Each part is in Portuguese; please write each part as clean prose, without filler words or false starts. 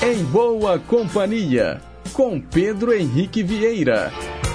Em Boa Companhia, com Pedro Henrique Vieira.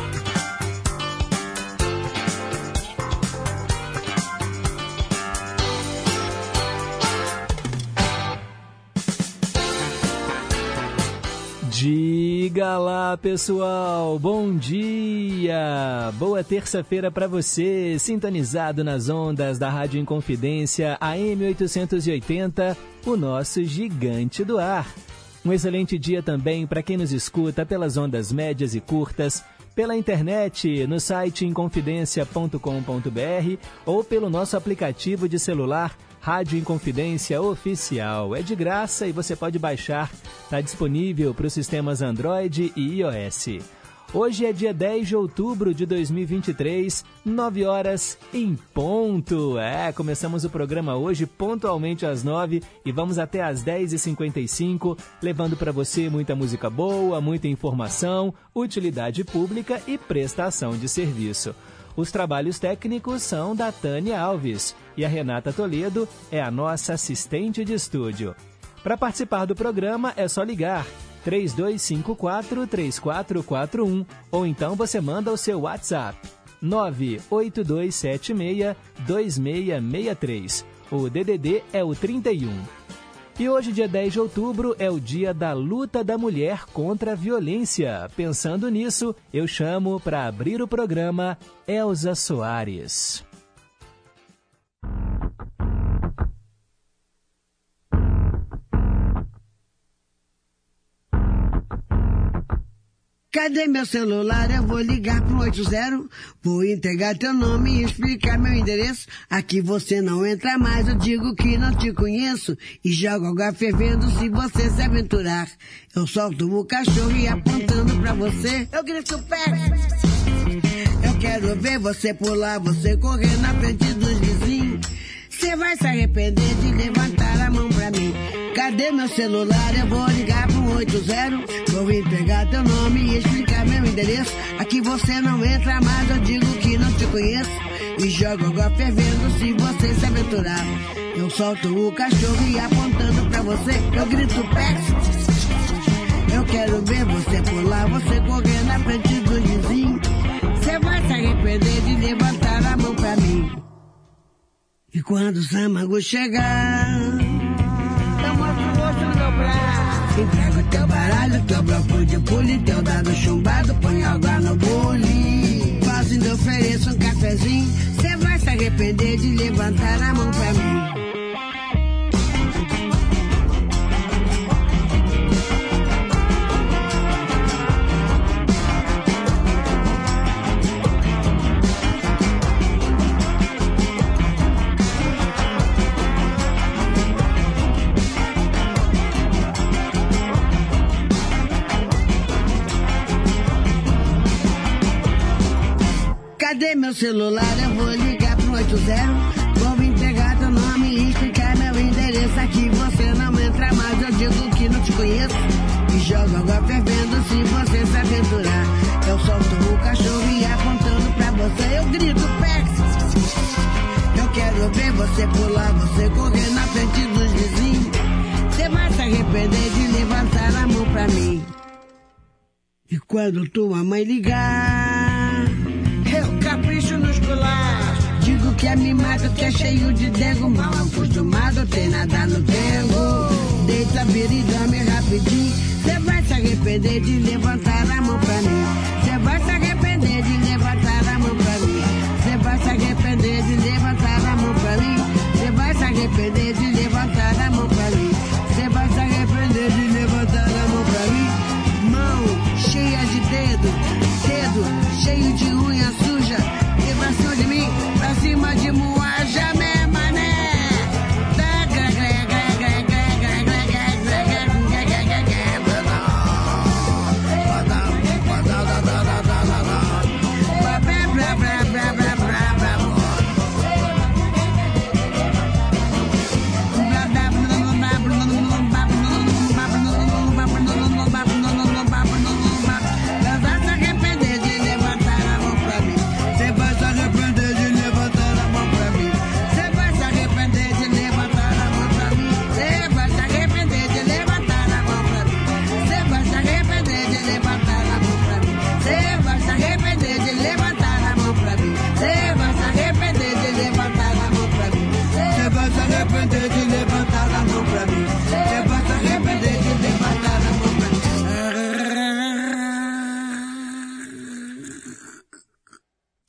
Diga lá, pessoal, bom dia, boa terça-feira para você, sintonizado nas ondas da Rádio Inconfidência AM 880, o nosso gigante do ar. Um excelente dia também para quem nos escuta pelas ondas médias e curtas, pela internet, no site inconfidencia.com.br ou pelo nosso aplicativo de celular Rádio Inconfidência Oficial. É de graça e você pode baixar. Está disponível para os sistemas Android e iOS. Hoje é dia 10 de outubro de 2023, 9 horas em ponto. Começamos o programa hoje pontualmente às 9 e vamos até às 10h55, levando para você muita música boa, muita informação, utilidade pública e prestação de serviço. Os trabalhos técnicos são da Tânia Alves e a Renata Toledo é a nossa assistente de estúdio. Para participar do programa é só ligar 3254-3441 ou então você manda o seu WhatsApp 98276-2663. O DDD é o 31. E hoje, dia 10 de outubro, é o dia da luta da mulher contra a violência. Pensando nisso, eu chamo para abrir o programa Elza Soares. Cadê meu celular? Eu vou ligar pro 80. Vou entregar teu nome e explicar meu endereço. Aqui você não entra mais, eu digo que não te conheço. E jogo água fervendo se você se aventurar. Eu solto o cachorro e apontando pra você, eu grito pé. Eu quero ver você pular, você correr na frente dos vizinhos. Você vai se arrepender de levantar a mão pra mim. Cadê meu celular? Eu vou ligar pro 80. Vou entregar teu nome e explicar meu endereço. Aqui você não entra mais, eu digo que não te conheço. E jogo água fervendo se você se aventurar. Eu solto o cachorro e apontando pra você, eu grito pé. Eu quero ver você pular, você correr na frente dos vizinhos. Você vai se arrepender de levantar a mão pra mim. E quando o Samango chegar, eu mostro o rosto no meu braço. Entrego teu baralho, teu bloco de pule, teu dado chumbado, põe água no bule. Faço ainda ofereço um cafezinho, cê vai se arrepender de levantar a mão pra mim. Cadê meu celular? Eu vou ligar pro 80. Vou entregar teu nome e explicar meu endereço. Aqui você não entra mais, eu digo que não te conheço. E jogo água fervendo se você se aventurar. Eu solto o cachorro e apontando pra você, eu grito pé. Eu quero ver você pular, você correr na frente dos vizinhos. Você vai se arrepender de levantar a mão pra mim. E quando tua mãe ligar, eu capricho nos colachos. Digo que é mimado, que é cheio de dengo. Mal acostumado, tem nada no dengo. Deita, vira e dorme rapidinho. Cê vai se arrepender de levantar a mão pra mim. Cê vai se arrepender de levantar a mão pra mim. Cê vai se arrepender de levantar a mão pra mim. Cê vai se arrepender de levantar a mão pra mim. Cê vai se arrepender de levantar a mão pra mim. Mão cheia de dedo, dedo cheio de unha suja. E pra cima de mim, pra cima de Moaja, né, mané?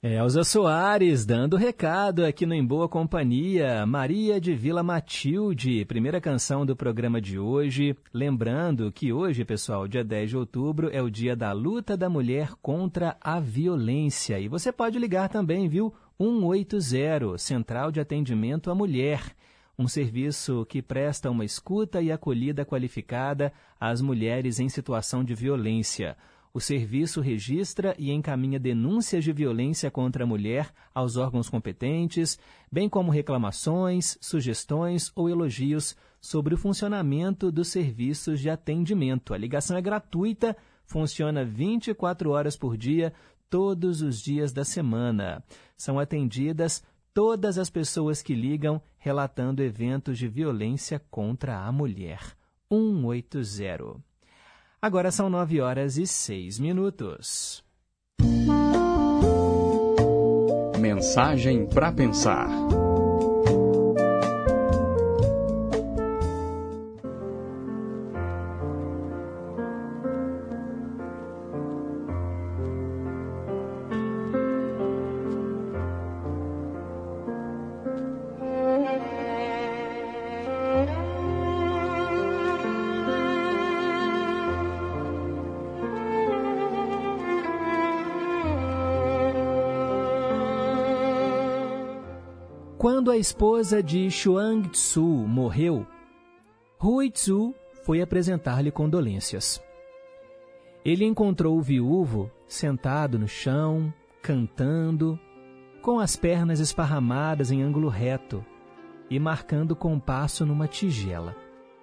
Elza Soares dando recado aqui no Em Boa Companhia. Maria de Vila Matilde, primeira canção do programa de hoje. Lembrando que hoje, pessoal, dia 10 de outubro, é o dia da luta da mulher contra a violência. E você pode ligar também, viu? 180, Central de Atendimento à Mulher. Um serviço que presta uma escuta e acolhida qualificada às mulheres em situação de violência. O serviço registra e encaminha denúncias de violência contra a mulher aos órgãos competentes, bem como reclamações, sugestões ou elogios sobre o funcionamento dos serviços de atendimento. A ligação é gratuita, funciona 24 horas por dia, todos os dias da semana. São atendidas todas as pessoas que ligam relatando eventos de violência contra a mulher. 180. Agora são 9h06. Mensagem para pensar. Quando a esposa de Xuang Tzu morreu, Hui Tzu foi apresentar-lhe condolências. Ele encontrou o viúvo sentado no chão, cantando, com as pernas esparramadas em ângulo reto e marcando compasso numa tigela.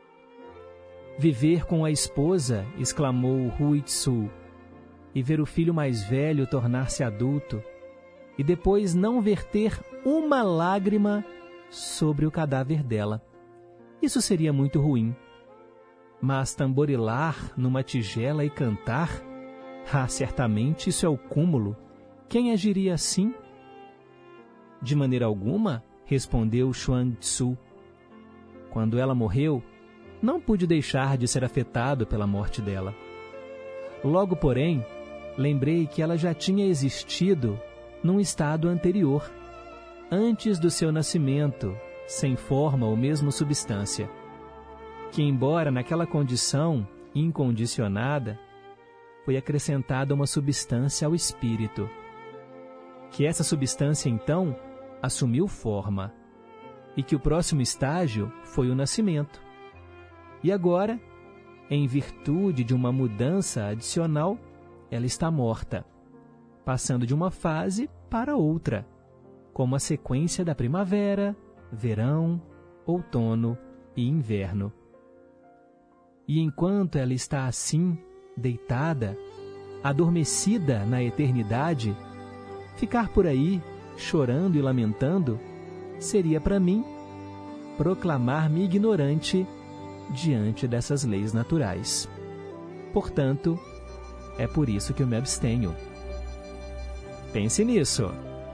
Viver com a esposa, exclamou Hui Tzu, e ver o filho mais velho tornar-se adulto, e depois não verter uma lágrima sobre o cadáver dela. Isso seria muito ruim. Mas tamborilar numa tigela e cantar? Certamente isso é o cúmulo. Quem agiria assim? De maneira alguma, respondeu Xuang Tzu. Quando ela morreu, não pude deixar de ser afetado pela morte dela. Logo, porém, lembrei que ela já tinha existido num estado anterior, antes do seu nascimento, sem forma ou mesmo substância, que, embora naquela condição incondicionada, foi acrescentada uma substância ao espírito, que essa substância, então, assumiu forma, e que o próximo estágio foi o nascimento. E agora, em virtude de uma mudança adicional, ela está morta, passando de uma fase para outra, como a sequência da primavera, verão, outono e inverno. E enquanto ela está assim, deitada, adormecida na eternidade, ficar por aí, chorando e lamentando, seria para mim proclamar-me ignorante diante dessas leis naturais. Portanto, é por isso que eu me abstenho. Pense nisso.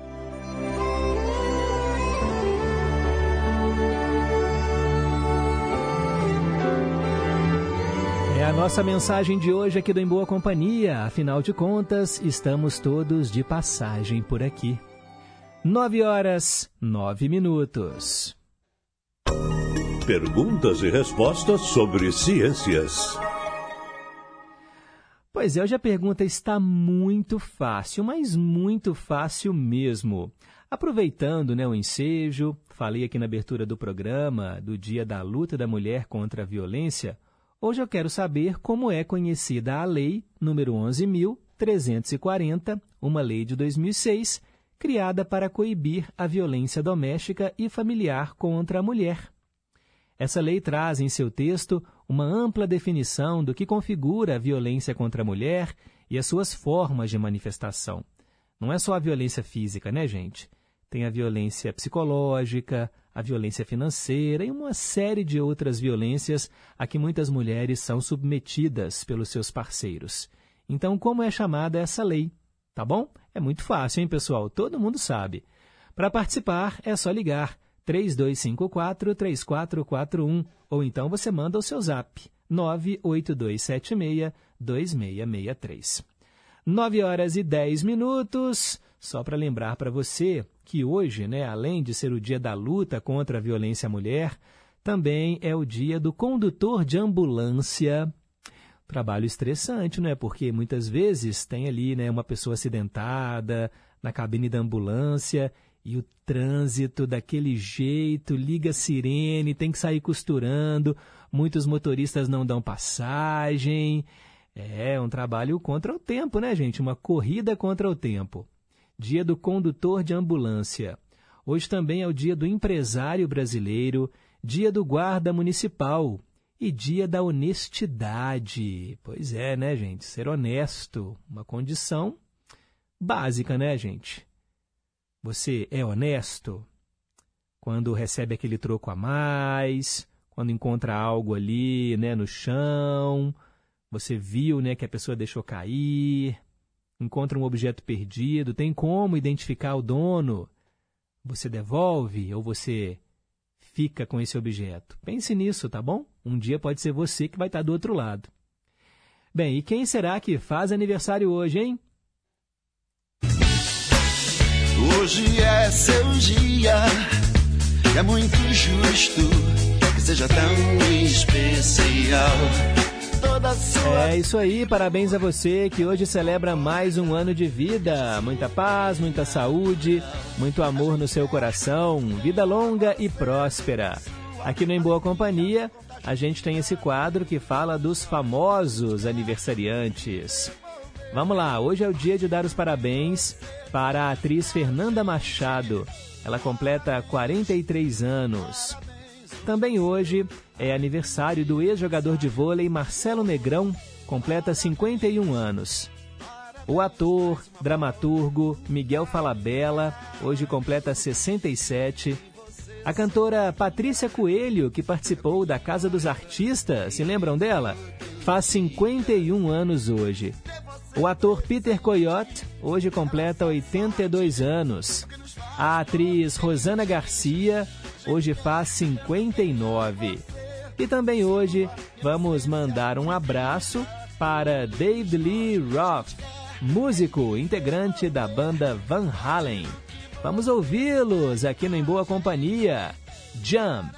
É a nossa mensagem de hoje aqui do Em Boa Companhia. Afinal de contas, estamos todos de passagem por aqui. 9h09. Perguntas e respostas sobre ciências. Pois é, hoje a pergunta está muito fácil, mas muito fácil mesmo. Aproveitando, o ensejo, falei aqui na abertura do programa do Dia da Luta da Mulher contra a Violência. Hoje eu quero saber como é conhecida a Lei número 11.340, uma lei de 2006, criada para coibir a violência doméstica e familiar contra a mulher. Essa lei traz em seu texto uma ampla definição do que configura a violência contra a mulher e as suas formas de manifestação. Não é só a violência física, né, gente? Tem a violência psicológica, a violência financeira e uma série de outras violências a que muitas mulheres são submetidas pelos seus parceiros. Então, como é chamada essa lei? Tá bom? É muito fácil, hein, pessoal? Todo mundo sabe. Para participar, é só ligar 3254-3441 ou então você manda o seu zap 98276-2663. 9h10, Só para lembrar para você que hoje, né, além de ser o dia da luta contra a violência à mulher, também é o dia do condutor de ambulância. Trabalho estressante, né? Porque muitas vezes tem ali, né, uma pessoa acidentada na cabine da ambulância e o trânsito daquele jeito, liga a sirene, tem que sair costurando, muitos motoristas não dão passagem. É um trabalho contra o tempo, né, gente? Uma corrida contra o tempo. Dia do condutor de ambulância. Hoje também é o dia do empresário brasileiro, dia do guarda municipal e dia da honestidade. Pois é, né, gente? Ser honesto, uma condição básica, né, gente? Você é honesto quando recebe aquele troco a mais, quando encontra algo ali, né, no chão, você viu, né, que a pessoa deixou cair, encontra um objeto perdido, tem como identificar o dono? Você devolve ou você fica com esse objeto? Pense nisso, tá bom? Um dia pode ser você que vai estar do outro lado. Bem, e quem será que faz aniversário hoje, hein? Hoje é seu dia, é muito justo que seja tão especial. É isso aí, parabéns a você que hoje celebra mais um ano de vida. Muita paz, muita saúde, muito amor no seu coração, vida longa e próspera. Aqui no Em Boa Companhia, a gente tem esse quadro que fala dos famosos aniversariantes. Vamos lá, hoje é o dia de dar os parabéns para a atriz Fernanda Machado. Ela completa 43 anos. Também hoje é aniversário do ex-jogador de vôlei Marcelo Negrão, completa 51 anos. O ator, dramaturgo Miguel Falabella, hoje completa 67. A cantora Patrícia Coelho, que participou da Casa dos Artistas, se lembram dela? Faz 51 anos hoje. O ator Peter Coyote, hoje completa 82 anos. A atriz Rosana Garcia, hoje faz 59. E também hoje vamos mandar um abraço para David Lee Roth, músico integrante da banda Van Halen. Vamos ouvi-los aqui no Em Boa Companhia. Jump!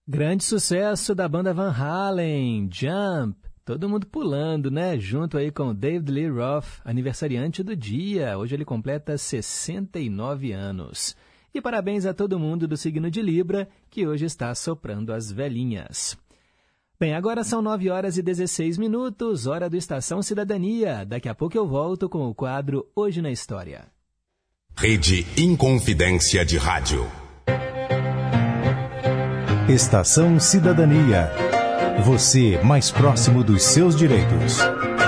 Grande sucesso da banda Van Halen, Jump. Todo mundo pulando, né? Junto aí com David Lee Roth, aniversariante do dia. Hoje ele completa 69 anos. E parabéns a todo mundo do signo de Libra, que hoje está soprando as velhinhas. Bem, agora são 9 horas e 16 minutos, hora do Estação Cidadania. Daqui a pouco eu volto com o quadro Hoje na História. Rede Inconfidência de Rádio. Estação Cidadania. Você mais próximo dos seus direitos.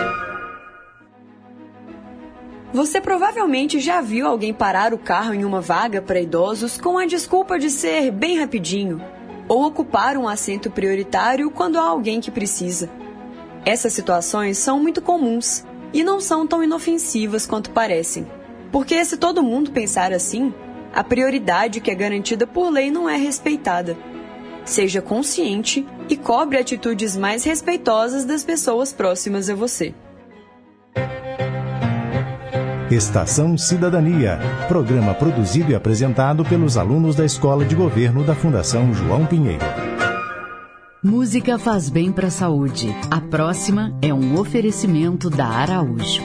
Você provavelmente já viu alguém parar o carro em uma vaga para idosos com a desculpa de ser bem rapidinho, ou ocupar um assento prioritário quando há alguém que precisa. Essas situações são muito comuns e não são tão inofensivas quanto parecem, porque se todo mundo pensar assim, a prioridade que é garantida por lei não é respeitada. Seja consciente e cobre atitudes mais respeitosas das pessoas próximas a você. Estação Cidadania, programa produzido e apresentado pelos alunos da Escola de Governo da Fundação João Pinheiro. Música faz bem para a saúde. A próxima é um oferecimento da Araújo.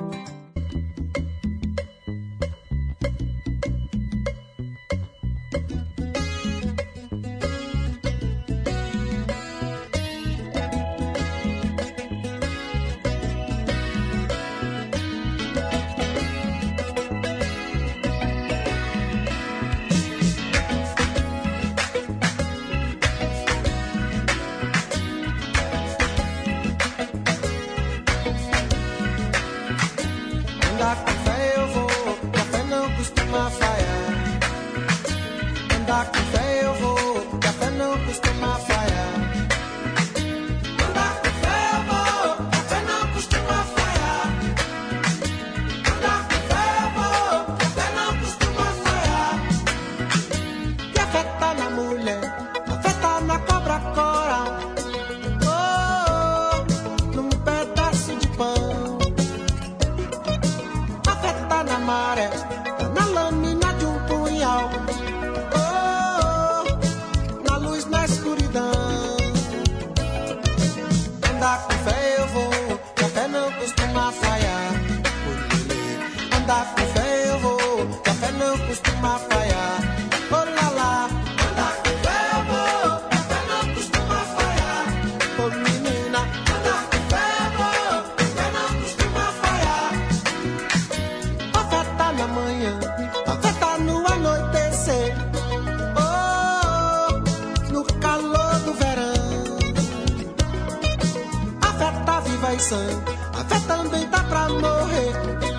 A fé também tá pra morrer.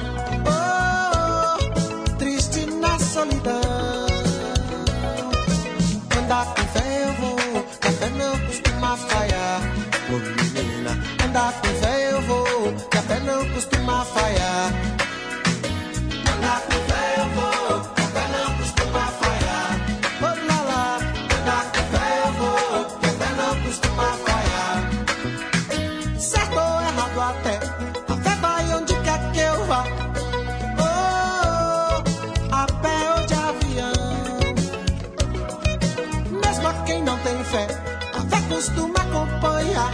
Oh, triste na solidão. Andar com fé eu vou, café não costuma falhar. Ô menina, andar com fé eu vou, café não costuma falhar. Andar com fé eu vou, café não costuma falhar. Oh lá lá, andar com fé eu vou, café não costuma falhar. Certo ou errado até, a fé vai onde quer que eu vá. Oh, a pé ou de avião. Mesmo a quem não tem fé, a fé costuma acompanhar.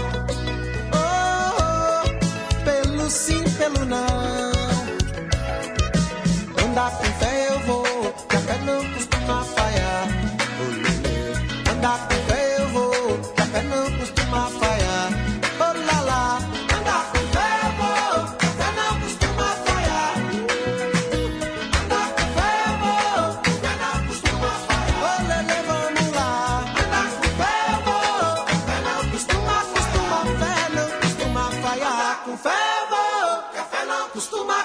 Oh, pelo sim, pelo não. Andar com fé eu vou, que a fé não costuma falhar. Oh, andar com fé eu vou, que a fé não costuma falhar. Oh lá lá, andar com fé eu vou, que a fé não costuma falhar. Andar com fé eu vou, que a fé não costuma falhar. Oh lelê, vamos lá. Andar com fé eu vou, que a fé não costuma falhar. Com fé eu vou, que a fé não costuma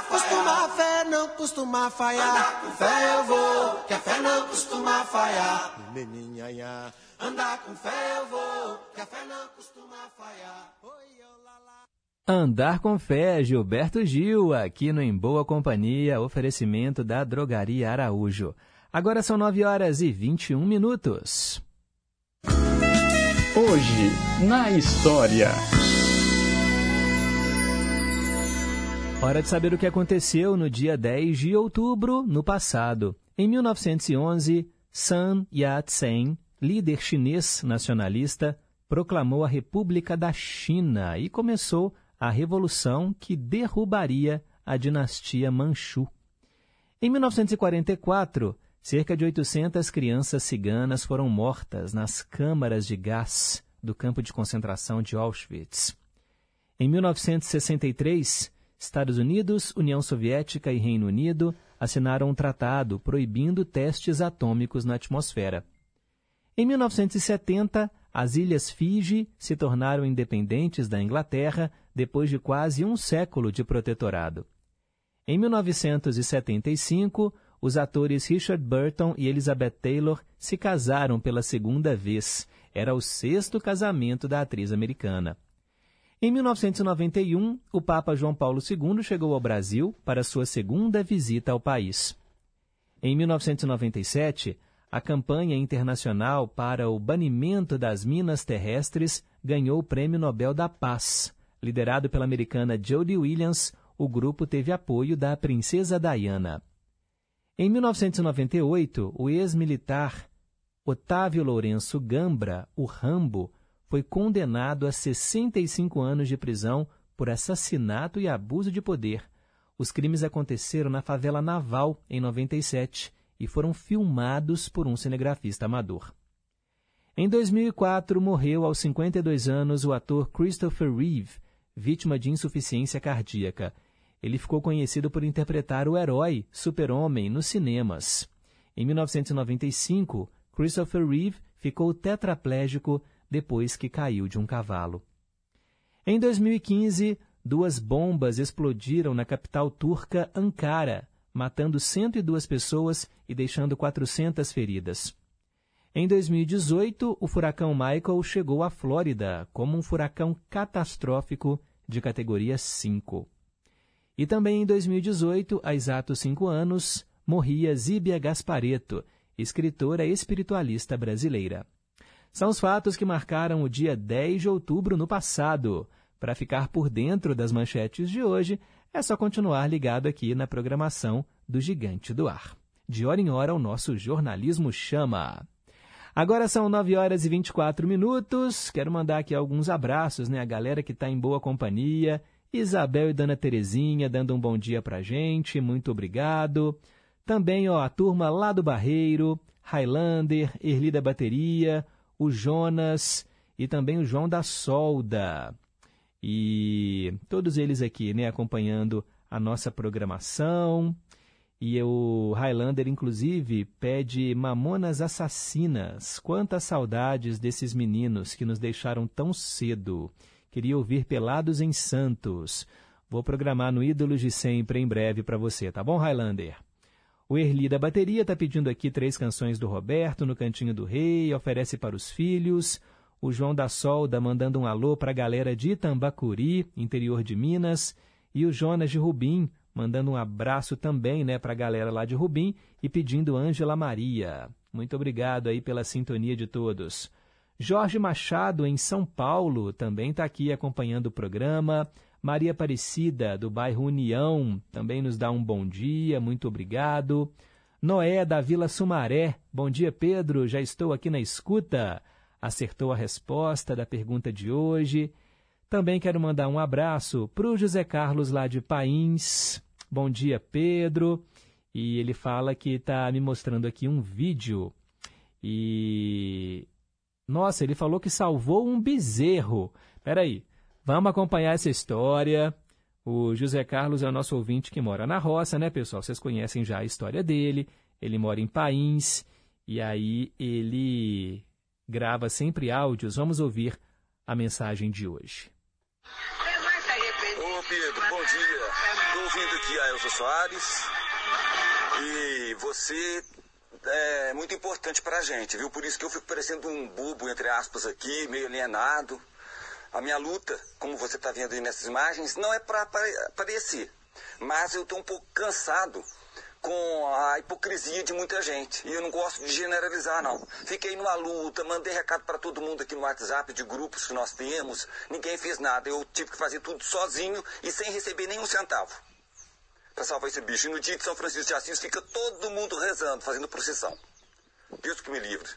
falhar. Andar com fé eu vou, que a fé não costuma falhar. Menininha, andar com fé eu vou, que a fé não costuma falhar. Andar com fé, Gilberto Gil, aqui no Em Boa Companhia, oferecimento da Drogaria Araújo. Agora são 9 horas e 21 minutos. Hoje, na história. Hora de saber o que aconteceu no dia 10 de outubro, no passado. Em 1911, Sun Yat-sen, líder chinês nacionalista, proclamou a República da China e começou a revolução que derrubaria a dinastia Manchu. Em 1944, cerca de 800 crianças ciganas foram mortas nas câmaras de gás do campo de concentração de Auschwitz. Em 1963, Estados Unidos, União Soviética e Reino Unido assinaram um tratado proibindo testes atômicos na atmosfera. Em 1970, as Ilhas Fiji se tornaram independentes da Inglaterra depois de quase um século de protetorado. Em 1975, os atores Richard Burton e Elizabeth Taylor se casaram pela segunda vez. Era o 6º casamento da atriz americana. Em 1991, o Papa João Paulo II chegou ao Brasil para sua segunda visita ao país. Em 1997, a campanha internacional para o banimento das minas terrestres ganhou o Prêmio Nobel da Paz. Liderado pela americana Jody Williams, o grupo teve apoio da princesa Diana. Em 1998, o ex-militar Otávio Lourenço Gambra, o Rambo, foi condenado a 65 anos de prisão por assassinato e abuso de poder. Os crimes aconteceram na favela Naval, em 97, e foram filmados por um cinegrafista amador. Em 2004, morreu aos 52 anos o ator Christopher Reeve, vítima de insuficiência cardíaca. Ele ficou conhecido por interpretar o herói Super-Homem nos cinemas. Em 1995, Christopher Reeve ficou tetraplégico depois que caiu de um cavalo. Em 2015, 2 bombas explodiram na capital turca Ankara, matando 102 pessoas e deixando 400 feridas. Em 2018, o furacão Michael chegou à Flórida como um furacão catastrófico de categoria 5. E também em 2018, há exatos 5 anos, morria Zíbia Gasparetto, escritora espiritualista brasileira. São os fatos que marcaram o dia 10 de outubro no passado. Para ficar por dentro das manchetes de hoje, é só continuar ligado aqui na programação do Gigante do Ar. De hora em hora, o nosso jornalismo chama. Agora são 9h24. Quero mandar aqui alguns abraços, A galera que está em boa companhia. Isabel e Dona Terezinha dando um bom dia para a gente. Muito obrigado. Também a turma lá do Barreiro, Highlander, Erli da Bateria, o Jonas e também o João da Solda. E todos eles aqui, acompanhando a nossa programação. E o Highlander, inclusive, pede Mamonas Assassinas. Quantas saudades desses meninos que nos deixaram tão cedo. Queria ouvir Pelados em Santos. Vou programar no Ídolos de Sempre em breve para você, tá bom, Highlander? O Erli da Bateria está pedindo aqui 3 canções do Roberto no Cantinho do Rei, oferece para os filhos. O João da Solda mandando um alô para a galera de Itambacuri, interior de Minas. E o Jonas de Rubim mandando um abraço também para a galera lá de Rubim e pedindo Ângela Maria. Muito obrigado aí pela sintonia de todos. Jorge Machado, em São Paulo, também está aqui acompanhando o programa. Maria Aparecida, do bairro União, também nos dá um bom dia, muito obrigado. Noé, da Vila Sumaré, bom dia, Pedro, já estou aqui na escuta. Acertou a resposta da pergunta de hoje. Também quero mandar um abraço para o José Carlos, lá de Pains. Bom dia, Pedro. E ele fala que está me mostrando aqui um vídeo. E... Nossa, ele falou que salvou um bezerro. Espera aí. Vamos acompanhar essa história. O José Carlos é o nosso ouvinte que mora na roça, pessoal? Vocês conhecem já a história dele. Ele mora em Pains e aí ele grava sempre áudios. Vamos ouvir a mensagem de hoje. Ô Pedro, bom dia. Estou ouvindo aqui a Elza Soares e você é muito importante pra gente, viu? Por isso que eu fico parecendo um bobo, entre aspas, aqui, meio alienado. A minha luta, como você está vendo aí nessas imagens, não é para aparecer, mas eu estou um pouco cansado com a hipocrisia de muita gente, e eu não gosto de generalizar, não. Fiquei numa luta, mandei recado para todo mundo aqui no WhatsApp de grupos que nós temos, ninguém fez nada, eu tive que fazer tudo sozinho e sem receber nenhum centavo para salvar esse bicho. E no dia de São Francisco de Assis fica todo mundo rezando, fazendo procissão. Deus que me livre.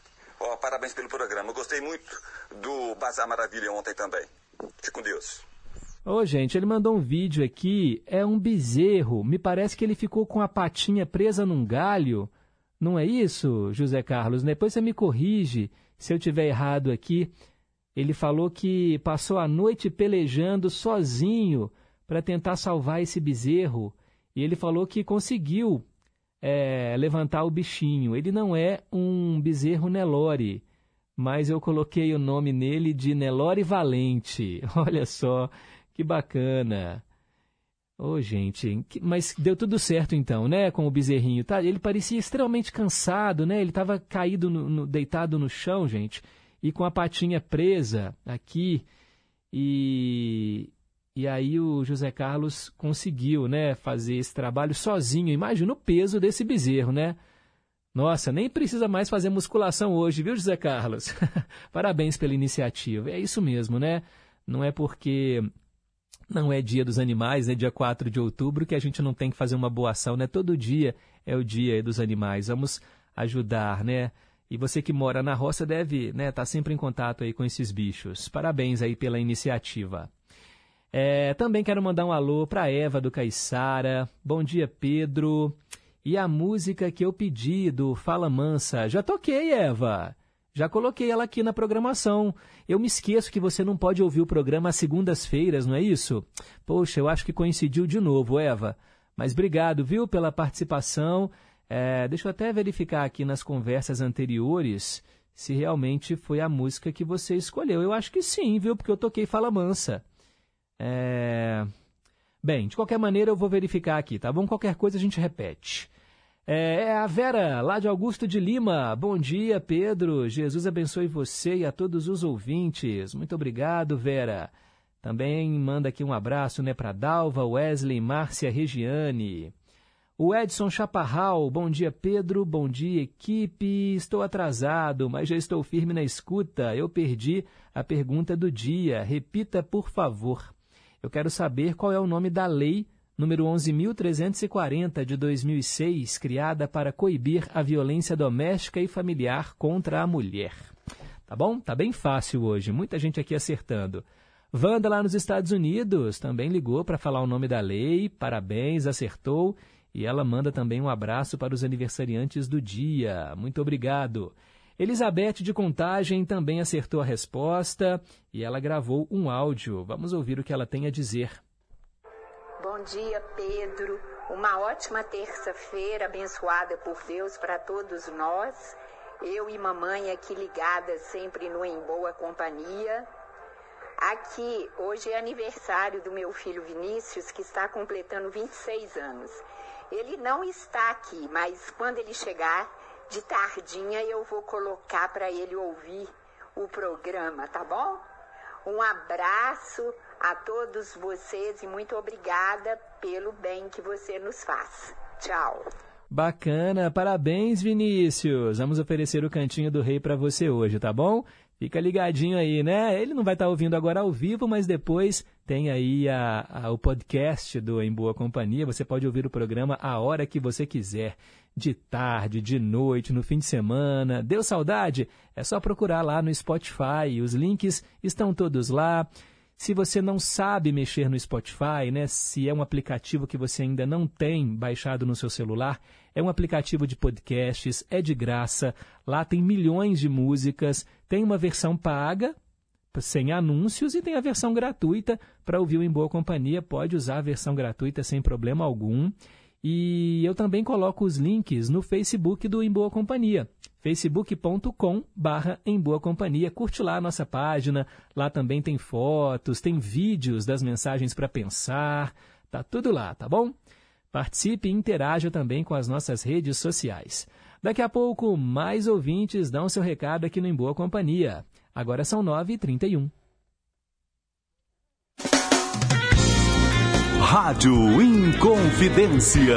Parabéns pelo programa. Eu gostei muito do Bazar Maravilha ontem também. Fique com Deus. Gente, ele mandou um vídeo aqui, é um bezerro, me parece que ele ficou com a patinha presa num galho, não é isso, José Carlos? Depois você me corrige se eu tiver errado aqui. Ele falou que passou a noite pelejando sozinho para tentar salvar esse bezerro, e ele falou que conseguiu levantar o bichinho. Ele não é um bezerro Nelore, mas eu coloquei o nome nele de Nelore Valente, olha só. Que bacana. Gente, mas deu tudo certo então, né, com o bezerrinho, tá? Ele parecia extremamente cansado, né? Ele estava caído, deitado no chão, gente, e com a patinha presa aqui. E aí o José Carlos conseguiu, né, fazer esse trabalho sozinho. Imagina o peso desse bezerro, né? Nossa, nem precisa mais fazer musculação hoje, viu, José Carlos? Parabéns pela iniciativa. É isso mesmo, né? Não é porque não é dia dos animais, né, dia 4 de outubro, que a gente não tem que fazer uma boa ação, né? Todo dia é o dia dos animais. Vamos ajudar, né? E você que mora na roça deve, né, estar sempre em contato aí com esses bichos. Parabéns aí pela iniciativa. Também quero mandar um alô para Eva do Caiçara. Bom dia, Pedro. E a música que eu pedi do Fala Mansa. Já toquei, Eva. Já coloquei ela aqui na programação. Eu me esqueço que você não pode ouvir o programa às segundas-feiras, não é isso? Poxa, eu acho que coincidiu de novo, Eva. Mas obrigado, viu, pela participação. Deixa eu até verificar aqui nas conversas anteriores se realmente foi a música que você escolheu. Eu acho que sim, viu, porque eu toquei Fala Mansa. Bem, de qualquer maneira eu vou verificar aqui, tá bom? Qualquer coisa a gente repete. A Vera, lá de Augusto de Lima. Bom dia, Pedro. Jesus abençoe você e a todos os ouvintes. Muito obrigado, Vera. Também manda aqui um abraço, né, para Dalva, Wesley, Márcia, Regiane. O Edson Chaparral. Bom dia, Pedro. Bom dia, equipe. Estou atrasado, mas já estou firme na escuta. Eu perdi a pergunta do dia. Repita, por favor. Eu quero saber qual é o nome da lei número 11.340 de 2006, criada para coibir a violência doméstica e familiar contra a mulher. Tá bom? Tá bem fácil hoje, muita gente aqui acertando. Wanda, lá nos Estados Unidos, também ligou para falar o nome da lei, parabéns, acertou. E ela manda também um abraço para os aniversariantes do dia. Muito obrigado. Elizabeth de Contagem também acertou a resposta e ela gravou um áudio. Vamos ouvir o que ela tem a dizer. Bom dia, Pedro. Uma ótima terça-feira abençoada por Deus para todos nós. Eu e mamãe aqui ligadas sempre no Em Boa Companhia. Aqui, hoje é aniversário do meu filho Vinícius, que está completando 26 anos. Ele não está aqui, mas quando ele chegar, de tardinha, eu vou colocar para ele ouvir o programa, tá bom? Um abraço a todos vocês e muito obrigada pelo bem que você nos faz. Tchau. Bacana, parabéns, Vinícius. Vamos oferecer o Cantinho do Rei para você hoje, tá bom? Fica ligadinho aí, né? Ele não vai estar ouvindo agora ao vivo, mas depois tem aí o podcast do Em Boa Companhia. Você pode ouvir o programa a hora que você quiser. De tarde, de noite, no fim de semana. Deu saudade? É só procurar lá no Spotify. Os links estão todos lá. Se você não sabe mexer no Spotify, né, se é um aplicativo que você ainda não tem baixado no seu celular, é um aplicativo de podcasts, é de graça, lá tem milhões de músicas, tem uma versão paga, sem anúncios, e tem a versão gratuita para ouvir o Em Boa Companhia. Pode usar a versão gratuita sem problema algum. E eu também coloco os links no Facebook do Em Boa Companhia, facebook.com/Em Boa Companhia. Curte lá a nossa página, lá também tem fotos, tem vídeos das mensagens para pensar, tá tudo lá, tá bom? Participe e interaja também com as nossas redes sociais. Daqui a pouco, mais ouvintes dão seu recado aqui no Em Boa Companhia. Agora são 9h31. Rádio Inconfidência.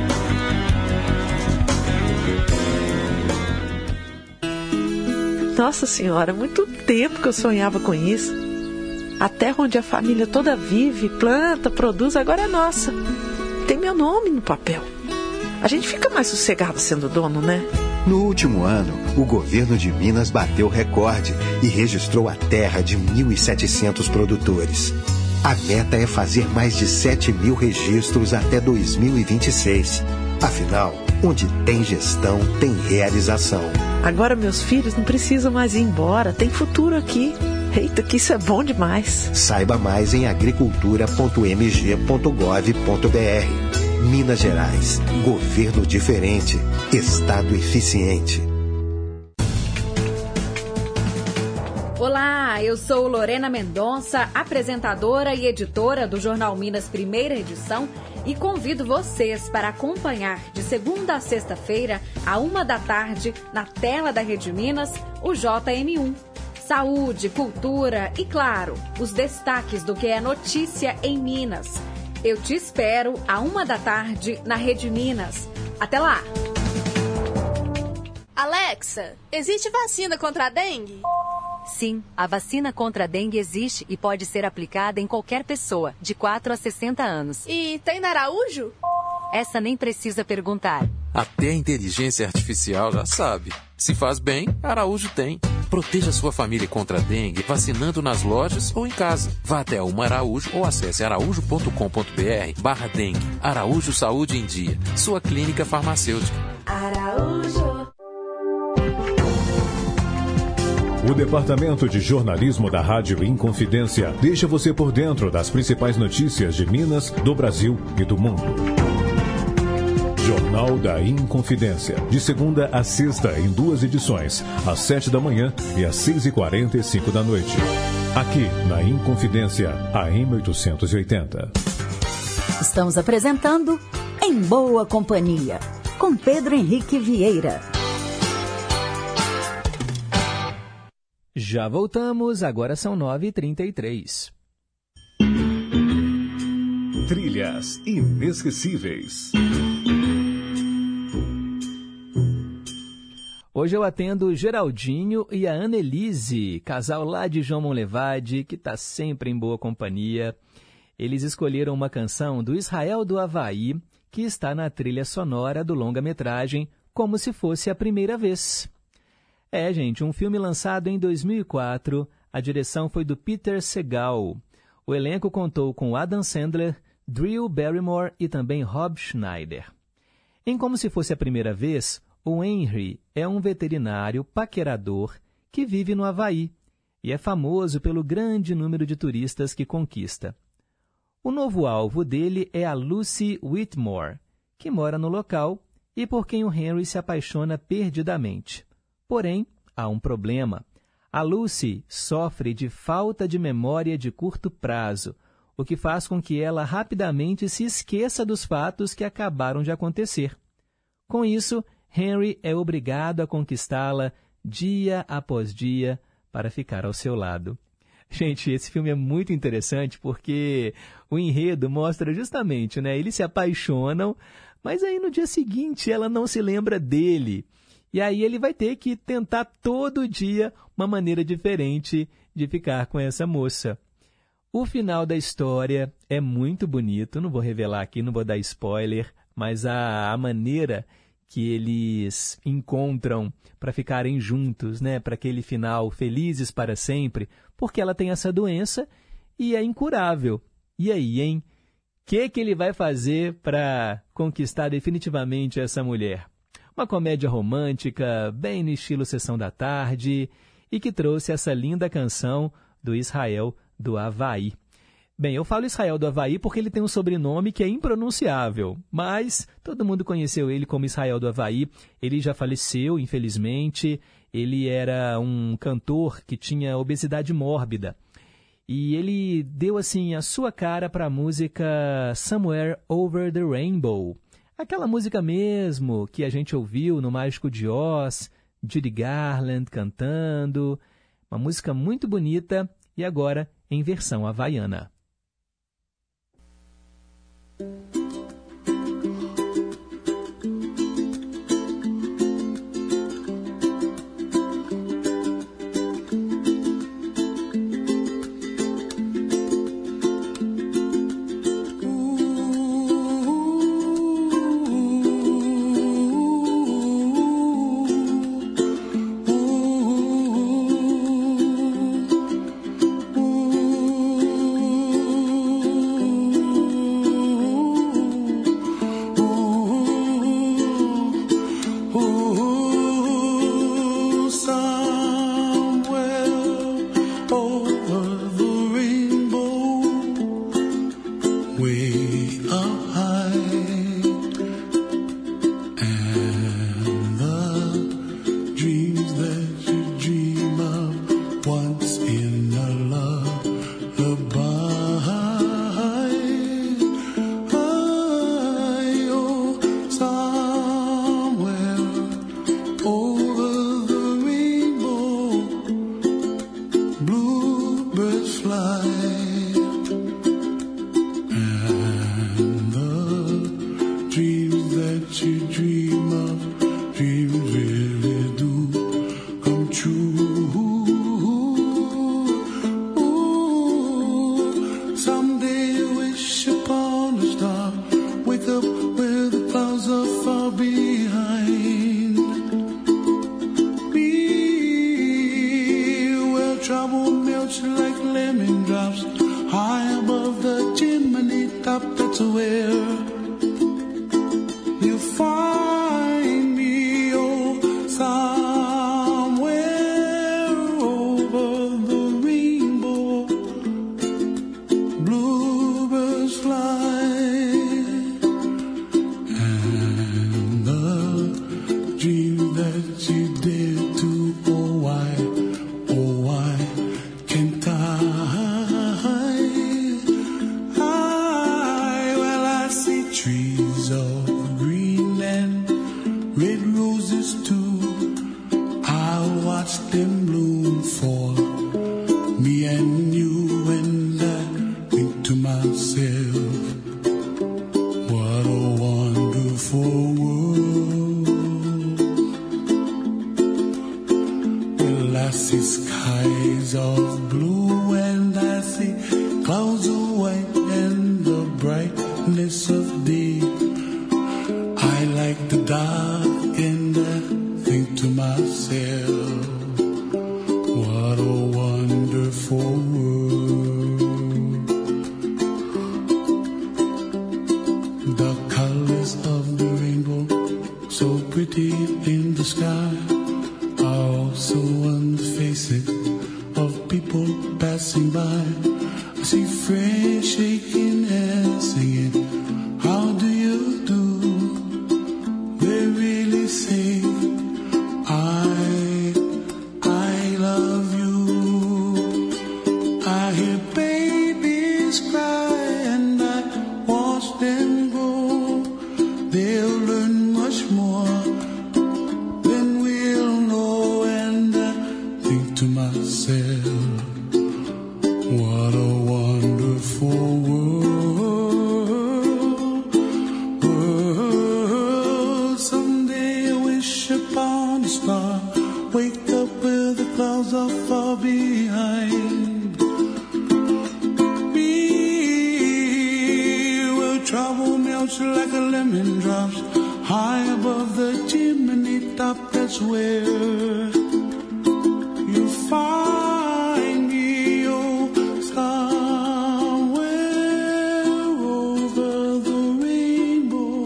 Nossa Senhora, muito tempo que eu sonhava com isso. A terra onde a família toda vive, planta, produz, agora é nossa. Tem meu nome no papel. A gente fica mais sossegado sendo dono, né? No último ano, o governo de Minas bateu recorde e registrou a terra de 1.700 produtores. A meta é fazer mais de 7.000 registros até 2026. Afinal, onde tem gestão, tem realização. Agora meus filhos não precisam mais ir embora, tem futuro aqui. Eita, que isso é bom demais. Saiba mais em agricultura.mg.gov.br. Minas Gerais, governo diferente, estado eficiente. Olá, eu sou Lorena Mendonça, apresentadora e editora do Jornal Minas Primeira Edição, e convido vocês para acompanhar de segunda a sexta-feira, à 13h, na tela da Rede Minas, o JM1. Saúde, cultura e, claro, os destaques do que é notícia em Minas. Eu te espero à 13h na Rede Minas. Até lá! Alexa, existe vacina contra a dengue? Sim, a vacina contra a dengue existe e pode ser aplicada em qualquer pessoa, de 4 a 60 anos. E tem na Araújo? Essa nem precisa perguntar. Até a inteligência artificial já sabe. Se faz bem, Araújo tem. Proteja sua família contra a dengue vacinando nas lojas ou em casa. Vá até uma Araújo ou acesse araújo.com.br/dengue. Araújo Saúde em Dia, sua clínica farmacêutica. Araújo. O Departamento de Jornalismo da Rádio Inconfidência deixa você por dentro das principais notícias de Minas, do Brasil e do mundo. Jornal da Inconfidência, de segunda a sexta em 2 edições, às 7 da manhã e às 6h45 da noite. Aqui na Inconfidência, AM 880. Estamos apresentando Em Boa Companhia, com Pedro Henrique Vieira. Já voltamos, agora são 9h33. Trilhas inesquecíveis. Hoje eu atendo o Geraldinho e a Annelise, casal lá de João Monlevade, que está sempre em boa companhia. Eles escolheram uma canção do Israel do Havaí, que está na trilha sonora do longa-metragem Como Se Fosse a Primeira Vez. É, gente, um filme lançado em 2004, a direção foi do Peter Segal. O elenco contou com Adam Sandler, Drew Barrymore e também Rob Schneider. Em Como Se Fosse a Primeira Vez, o Henry é um veterinário paquerador que vive no Havaí e é famoso pelo grande número de turistas que conquista. O novo alvo dele é a Lucy Whitmore, que mora no local e por quem o Henry se apaixona perdidamente. Porém, há um problema. A Lucy sofre de falta de memória de curto prazo, o que faz com que ela rapidamente se esqueça dos fatos que acabaram de acontecer. Com isso, Henry é obrigado a conquistá-la dia após dia para ficar ao seu lado. Gente, esse filme é muito interessante porque o enredo mostra justamente, né? Eles se apaixonam, mas aí no dia seguinte ela não se lembra dele. E aí ele vai ter que tentar todo dia uma maneira diferente de ficar com essa moça. O final da história é muito bonito, não vou revelar aqui, não vou dar spoiler, mas a maneira que eles encontram para ficarem juntos, né, para aquele final felizes para sempre, porque ela tem essa doença e é incurável. E aí, hein? O que ele vai fazer para conquistar definitivamente essa mulher? Uma comédia romântica, bem no estilo Sessão da Tarde, e que trouxe essa linda canção do Israel do Havaí. Bem, eu falo Israel do Havaí porque ele tem um sobrenome que é impronunciável, mas todo mundo conheceu ele como Israel do Havaí. Ele já faleceu, infelizmente. Ele era um cantor que tinha obesidade mórbida. E ele deu, assim, a sua cara para a música Somewhere Over the Rainbow. Aquela música mesmo que a gente ouviu no Mágico de Oz, Judy Garland cantando. Uma música muito bonita e agora em versão havaiana. trouble melts like lemon drops high above the chimney top. That's where you find me, oh, somewhere over the rainbow. Bluebirds fly, and the dream that you did to, oh why can't well, I see trees of green and red roses too. I'll watch them bloom for me and you, and I think to myself, what a wonderful world. Well, I see skies of blue and I see clouds of white and the brightness of day. I like the dark and I think to myself, what a wonderful world. The colors of the rainbow, so pretty in the sky, are also on the faces of people passing by. I see friends shaking and singing, how do you do? They really say, I love you. I hear babies cry and I watch them grow. They'll learn much more than we'll know, and I think to myself, what a wonderful world. Someday I wish upon a star, wake up where the clouds are far behind me, where trouble melts like a lemon drops high above the chimney top. That's where you find me, oh, somewhere over the rainbow,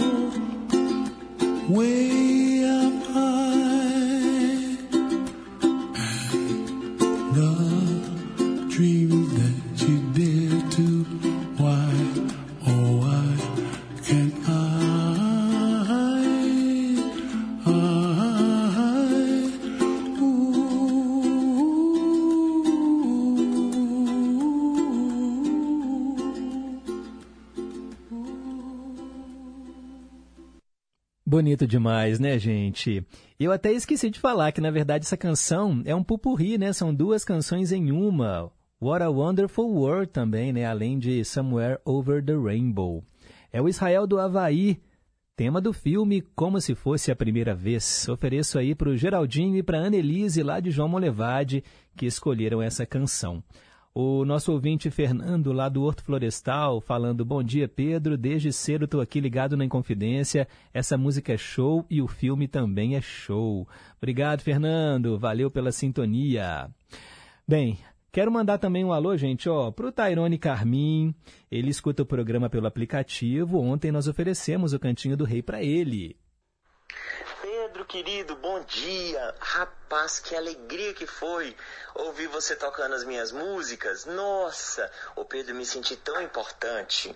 way up high. And the dream that you dare to, why, oh, why can't Bonito demais, né, gente? Eu até esqueci de falar que, na verdade, essa canção é um pupurri, né? São duas canções em uma. What a Wonderful World também, né? Além de Somewhere Over the Rainbow. É o Israel do Havaí, tema do filme Como Se Fosse a Primeira Vez. Ofereço aí para o Geraldinho e para a Annelise, lá de João Molevade, que escolheram essa canção. O nosso ouvinte Fernando, lá do Horto Florestal, falando: bom dia, Pedro, desde cedo estou aqui ligado na Inconfidência, essa música é show e o filme também é show. Obrigado, Fernando, valeu pela sintonia. Bem, quero mandar também um alô, gente, para o Tairone Carmim, ele escuta o programa pelo aplicativo, ontem nós oferecemos o Cantinho do Rei para ele. Pedro, querido, bom dia. Rapaz, que alegria que foi ouvir você tocando as minhas músicas. Nossa, ô Pedro, me senti tão importante.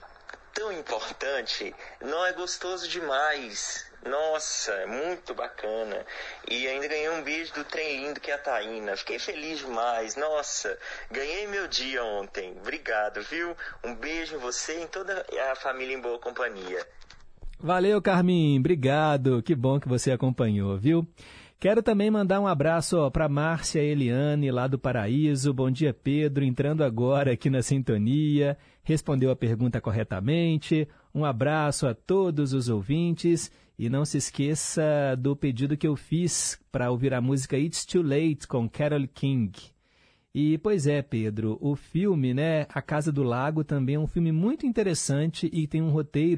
Não, é gostoso demais. Nossa, é muito bacana. E ainda ganhei um beijo do trem lindo que é a Taína. Fiquei feliz demais. Nossa, ganhei meu dia ontem. Obrigado, viu? Um beijo em você e em toda a família em boa companhia. Valeu, Carmim, obrigado, que bom que você acompanhou, viu? Quero também mandar um abraço para Márcia Eliane, lá do Paraíso. Bom dia, Pedro, entrando agora aqui na sintonia, respondeu a pergunta corretamente. Um abraço a todos os ouvintes e não se esqueça do pedido que eu fiz para ouvir a música It's Too Late, com Carole King. E, pois é, Pedro, o filme, né, A Casa do Lago, também é um filme muito interessante e tem um roteiro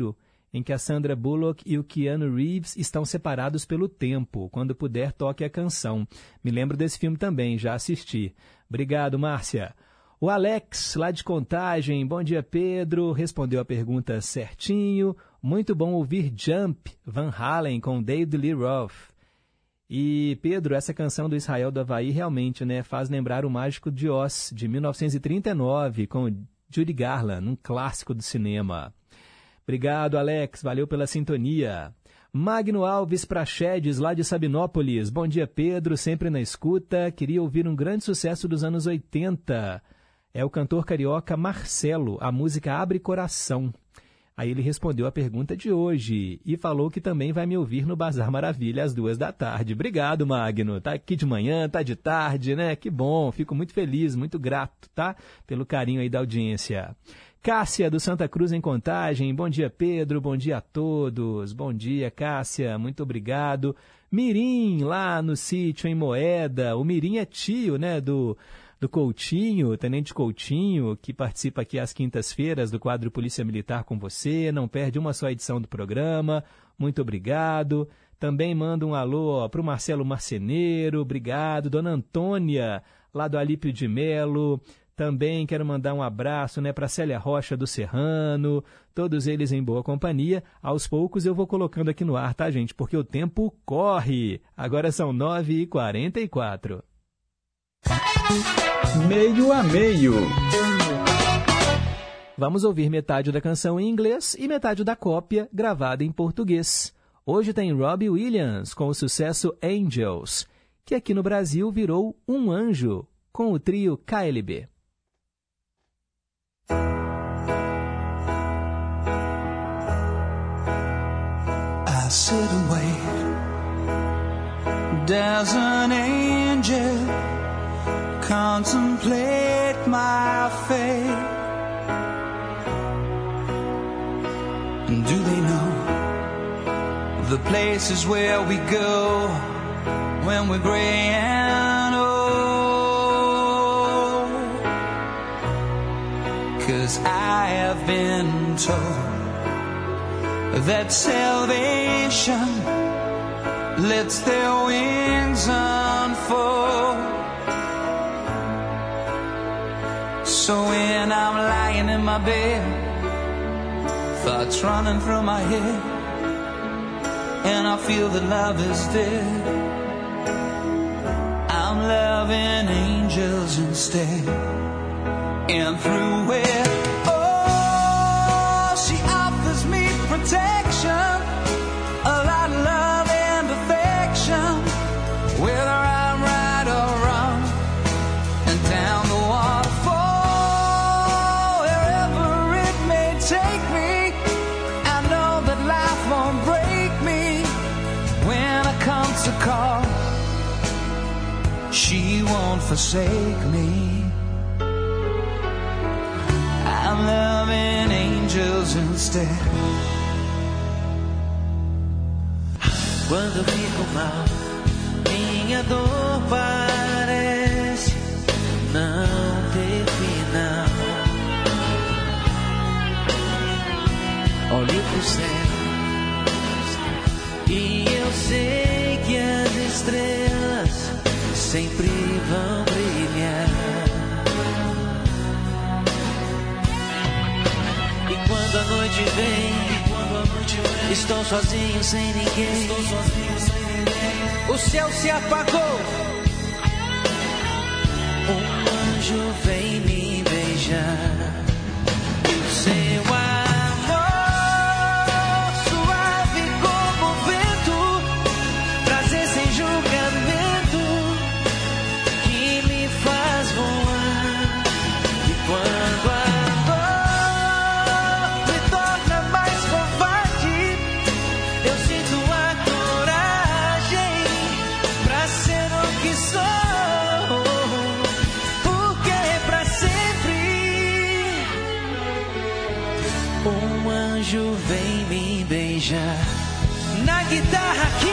em que a Sandra Bullock e o Keanu Reeves estão separados pelo tempo. Quando puder, toque a canção. Me lembro desse filme também, já assisti. Obrigado, Márcia. O Alex, lá de Contagem, bom dia, Pedro, respondeu a pergunta certinho. Muito bom ouvir Jump, Van Halen, com David Lee Roth. E, Pedro, essa canção do Israel do Havaí realmente, né, faz lembrar o Mágico de Oz, de 1939, com Judy Garland, um clássico do cinema. Obrigado, Alex, valeu pela sintonia. Magno Alves Prachedes, lá de Sabinópolis. Bom dia, Pedro, sempre na escuta. Queria ouvir um grande sucesso dos anos 80. É o cantor carioca Marcelo, a música Abre Coração. Aí ele respondeu a pergunta de hoje e falou que também vai me ouvir no Bazar Maravilha às 14h. Obrigado, Magno. Tá aqui de manhã, tá de tarde, né? Que bom, fico muito feliz, muito grato, tá? Pelo carinho aí da audiência. Cássia, do Santa Cruz em Contagem. Bom dia, Pedro. Bom dia a todos. Bom dia, Cássia. Muito obrigado. Mirim, lá no sítio em Moeda. O Mirim é tio, né, do Coutinho, Tenente Coutinho, que participa aqui às quintas-feiras do quadro Polícia Militar com você. Não perde uma só edição do programa. Muito obrigado. Também mando um alô para o Marcelo Marceneiro. Obrigado. Dona Antônia, lá do Alípio de Melo. Também quero mandar um abraço, né, para Célia Rocha do Serrano, todos eles em boa companhia. Aos poucos eu vou colocando aqui no ar, tá, gente? Porque o tempo corre. Agora são 9h44. Meio a meio. Vamos ouvir metade da canção em inglês e metade da cópia gravada em português. Hoje tem Robbie Williams com o sucesso Angels, que aqui no Brasil virou Um Anjo, com o trio KLB. I sit and wait. There's an angel, contemplate my fate. And do they know the places where we go when we're gray and old? 'Cause I have been told that salvation lets their wings unfold. So when I'm lying in my bed, thoughts running through my head, and I feel that love is dead, I'm loving angels instead. And through it, oh, she offers me protection, a lot of love and affection, whether I'm right or wrong, and down the waterfall, wherever it may take me, I know that life won't break me. When I come to call, she won't forsake me. I'm loving angels instead. Quando fico mal, minha dor parece não ter final. Olho pro céu e eu sei que as estrelas sempre vão brilhar. E quando a noite vem, estou sozinho sem ninguém. O céu se apagou, um anjo vem me beijar. E o seu amor, suave como o vento, trazer sem julgamento, que me faz voar. E quando a vem me beijar na guitarra que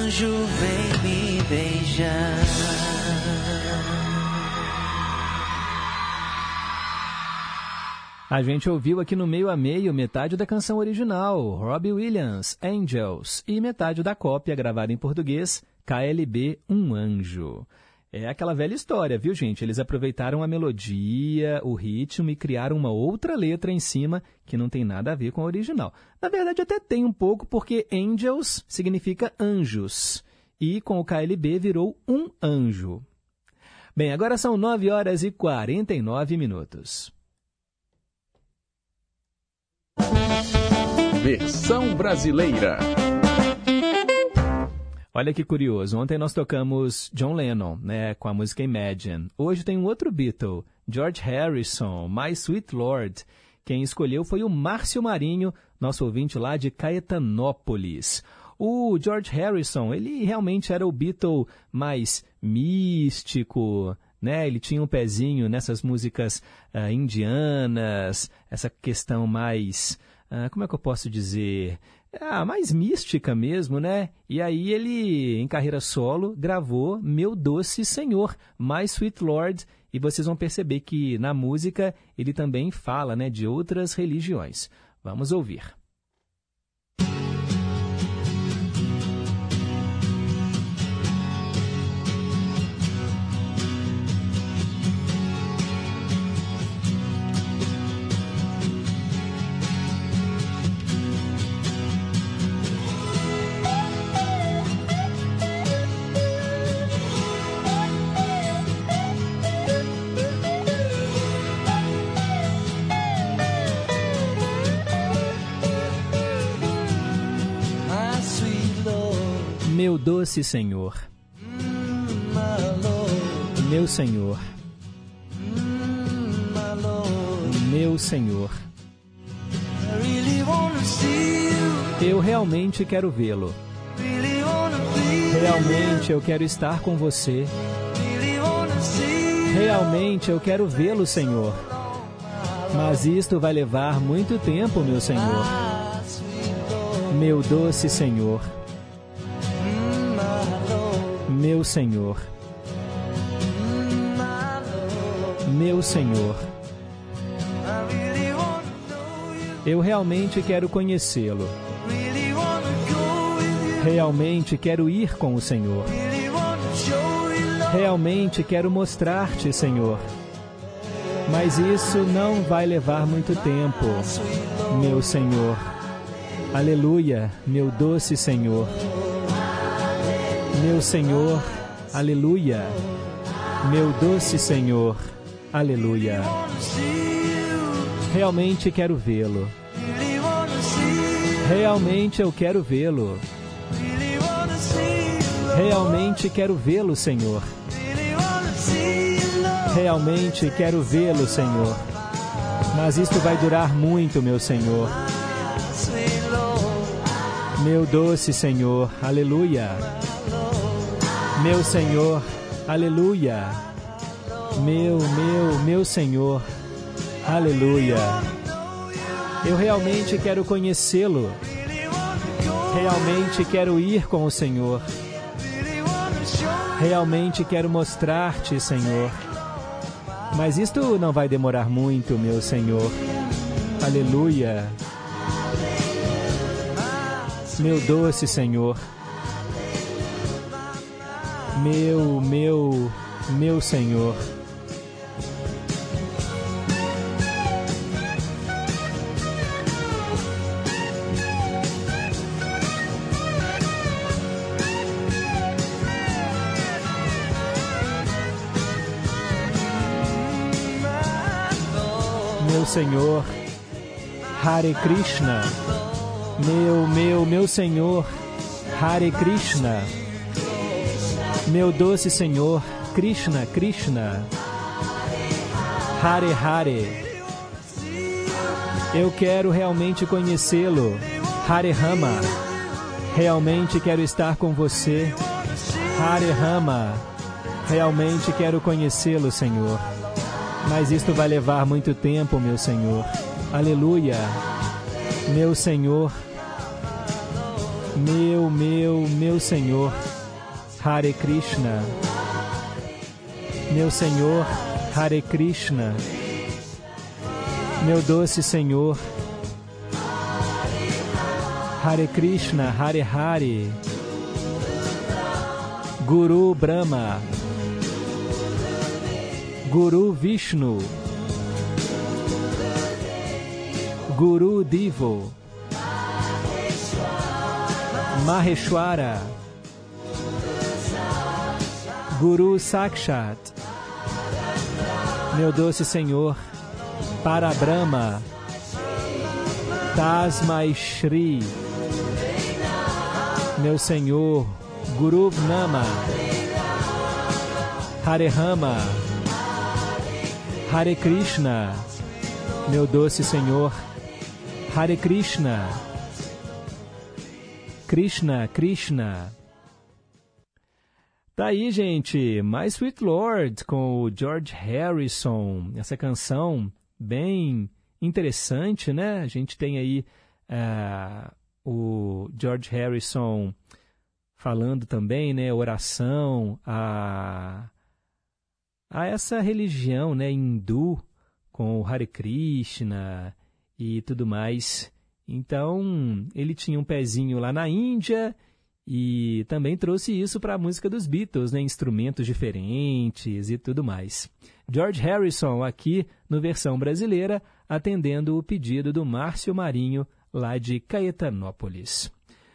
anjo vem me beijar. A gente ouviu aqui no meio a meio metade da canção original, Robbie Williams, Angels, e metade da cópia gravada em português, KLB, Um Anjo. É aquela velha história, viu, gente? Eles aproveitaram a melodia, o ritmo e criaram uma outra letra em cima que não tem nada a ver com a original. Na verdade, até tem um pouco, porque Angels significa anjos. E com o KLB virou Um Anjo. Bem, agora são 9h49. Versão brasileira. Olha que curioso, ontem nós tocamos John Lennon, né, com a música Imagine. Hoje tem um outro Beatle, George Harrison, My Sweet Lord. Quem escolheu foi o Márcio Marinho, nosso ouvinte lá de Caetanópolis. O George Harrison, ele realmente era o Beatle mais místico, né? Ele tinha um pezinho nessas músicas indianas, essa questão mais, como é que eu posso dizer, mais mística mesmo, né? E aí ele, em carreira solo, gravou Meu Doce Senhor, My Sweet Lord, e vocês vão perceber que na música ele também fala, né, de outras religiões. Vamos ouvir. Meu doce Senhor, meu Senhor, meu Senhor, eu realmente quero vê-lo, realmente eu quero estar com você, realmente eu quero vê-lo, Senhor, mas isto vai levar muito tempo, meu Senhor, meu doce Senhor. Meu Senhor, meu Senhor, eu realmente quero conhecê-lo, realmente quero ir com o Senhor, realmente quero mostrar-te, Senhor, mas isso não vai levar muito tempo, meu Senhor, aleluia, meu doce Senhor. Meu Senhor, aleluia, meu doce Senhor, aleluia. Realmente quero vê-lo, realmente eu quero vê-lo, realmente quero vê-lo, Senhor, realmente quero vê-lo, Senhor, mas isto vai durar muito, meu Senhor, meu doce Senhor, aleluia. Meu Senhor, aleluia, meu Senhor, aleluia, eu realmente quero conhecê-lo, realmente quero ir com o Senhor, realmente quero mostrar-te, Senhor, mas isto não vai demorar muito, meu Senhor, aleluia, meu doce Senhor. Meu Senhor. Meu Senhor, Hare Krishna. Meu Senhor, Hare Krishna. Meu doce Senhor, Krishna, Krishna, Hare Hare. Eu quero realmente conhecê-lo, Hare Rama. Realmente quero estar com você, Hare Rama. Realmente quero conhecê-lo, Senhor. Mas isto vai levar muito tempo, meu Senhor. Aleluia. Meu Senhor. Meu Senhor, Hare Krishna. Meu Senhor, Hare Krishna. Meu doce Senhor, Hare Krishna, Hare Hare. Guru Brahma, Guru Vishnu, Guru Devo, Maheshwara, Guru Sakshat, meu doce Senhor, Parabrahma, Tasmai Shri, meu Senhor, Guru Nama, Hare Rama, Hare Krishna, meu doce Senhor, Hare Krishna, Krishna, Krishna. Tá aí, gente, My Sweet Lord com o George Harrison. Essa canção bem interessante, né? A gente tem aí o George Harrison falando também, né, oração a essa religião, né, hindu, com o Hare Krishna e tudo mais. Então, ele tinha um pezinho lá na Índia e também trouxe isso para a música dos Beatles, né, instrumentos diferentes e tudo mais. George Harrison aqui no versão brasileira, atendendo o pedido do Márcio Marinho, lá de Caetanópolis.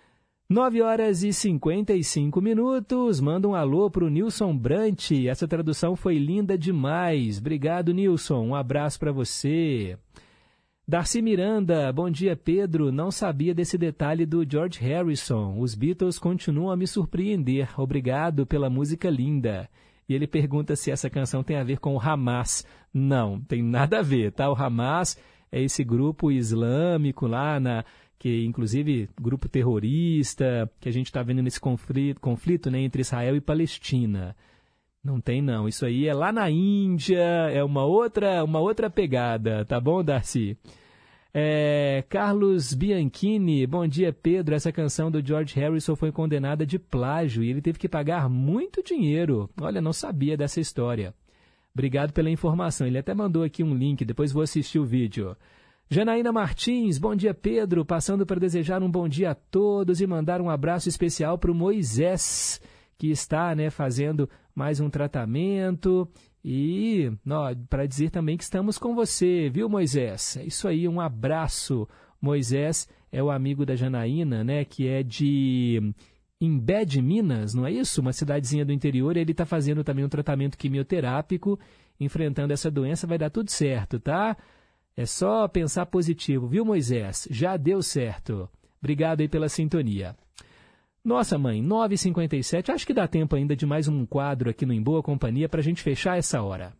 9h55. Manda um alô para o Nilson Brant. Essa tradução foi linda demais. Obrigado, Nilson. Um abraço para você. Darcy Miranda. Bom dia, Pedro. Não sabia desse detalhe do George Harrison. Os Beatles continuam a me surpreender. Obrigado pela música linda. E ele pergunta se essa canção tem a ver com o Hamas. Não, tem nada a ver, tá? O Hamas é esse grupo islâmico lá que inclusive grupo terrorista, que a gente está vendo nesse conflito, né, entre Israel e Palestina. Não tem não, isso aí é lá na Índia, é uma outra pegada, tá bom, Darcy? Carlos Bianchini, bom dia, Pedro. Essa canção do George Harrison foi condenada de plágio e ele teve que pagar muito dinheiro. Olha, não sabia dessa história. Obrigado pela informação, ele até mandou aqui um link, depois vou assistir o vídeo. Janaína Martins, bom dia, Pedro. Passando para desejar um bom dia a todos e mandar um abraço especial para o Moisés, que está, né, fazendo mais um tratamento. E para dizer também que estamos com você, viu, Moisés? É isso aí, um abraço. Moisés é o amigo da Janaína, né, que é de Imbé de Minas, não é isso? Uma cidadezinha do interior. Ele está fazendo também um tratamento quimioterápico, enfrentando essa doença. Vai dar tudo certo, tá? É só pensar positivo, viu, Moisés? Já deu certo. Obrigado aí pela sintonia. Nossa, mãe, 9h57. Acho que dá tempo ainda de mais um quadro aqui no Em Boa Companhia para a gente fechar essa hora.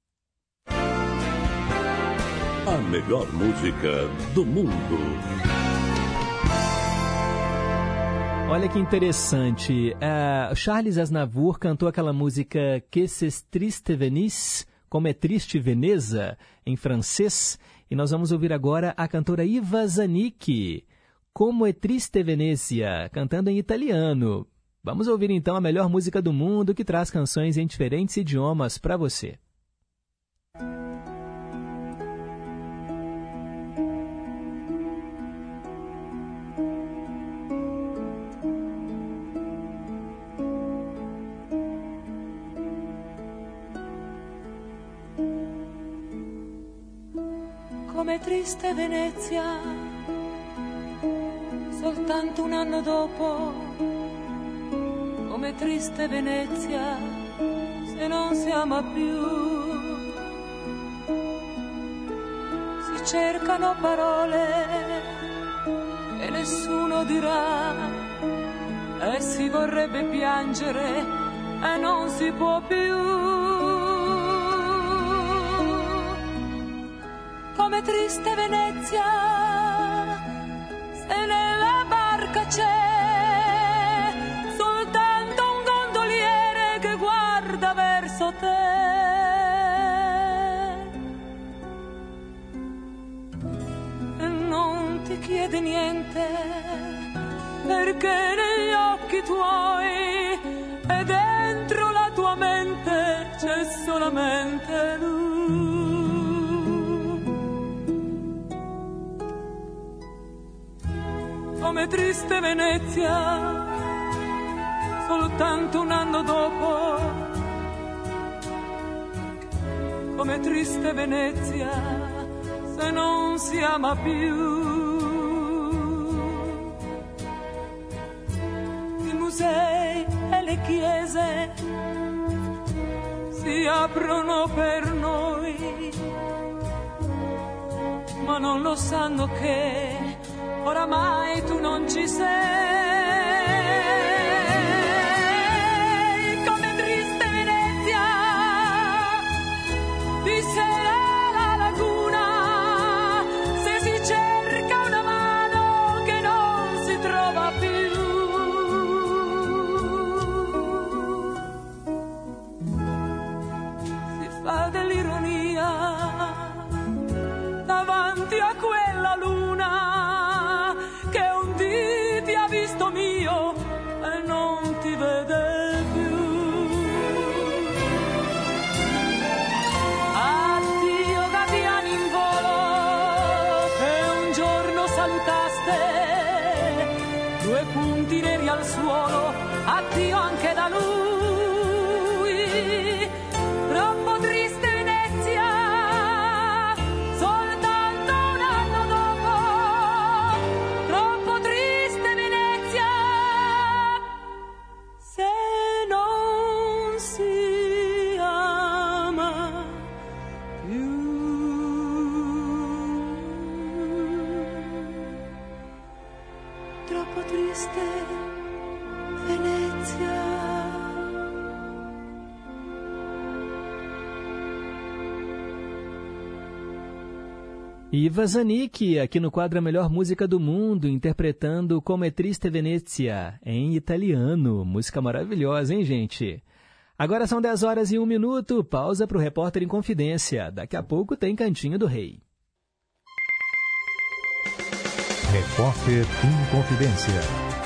A melhor música do mundo. Olha que interessante. Charles Aznavour cantou aquela música Que c'est triste Venise, como é triste Veneza, em francês. E nós vamos ouvir agora a cantora Iva Zanicchi, Como é triste Venezia, cantando em italiano. Vamos ouvir então a melhor música do mundo que traz canções em diferentes idiomas para você. Come triste Venezia, soltanto un anno dopo. Come triste Venezia, se non si ama più. Si cercano parole che nessuno dirà e si vorrebbe piangere e non si può più. Come triste Venezia, se nella barca c'è soltanto un gondoliere che guarda verso te. E non ti chiede niente, e perché negli occhi tuoi e dentro la tua mente c'è solamente lui. Come triste Venezia, soltanto un anno dopo, come triste Venezia, se non si ama più. I musei e le chiese si aprono per noi, ma non lo sanno che oramai tu non ci sei. Come triste Venezia, di sera la laguna, se si cerca una mano che non si trova più. Si fa dell'ironia davanti a quella luna che un dì ti ha visto mio e non ti vede più. Addio gabbiani in volo che un giorno salutaste, due punti neri al suolo, addio anche da lui. Troppo triste Venezia, soltanto un anno dopo, troppo triste Venezia, se non si ama più. Troppo triste Venezia. Iva Zanicchi, aqui no quadro A Melhor Música do Mundo, interpretando Come Triste Venezia, em italiano. Música maravilhosa, hein, gente? Agora são 10 horas e 1 minuto, pausa para o Repórter em Confidência. Daqui a pouco tem Cantinho do Rei. Repórter em Confidência.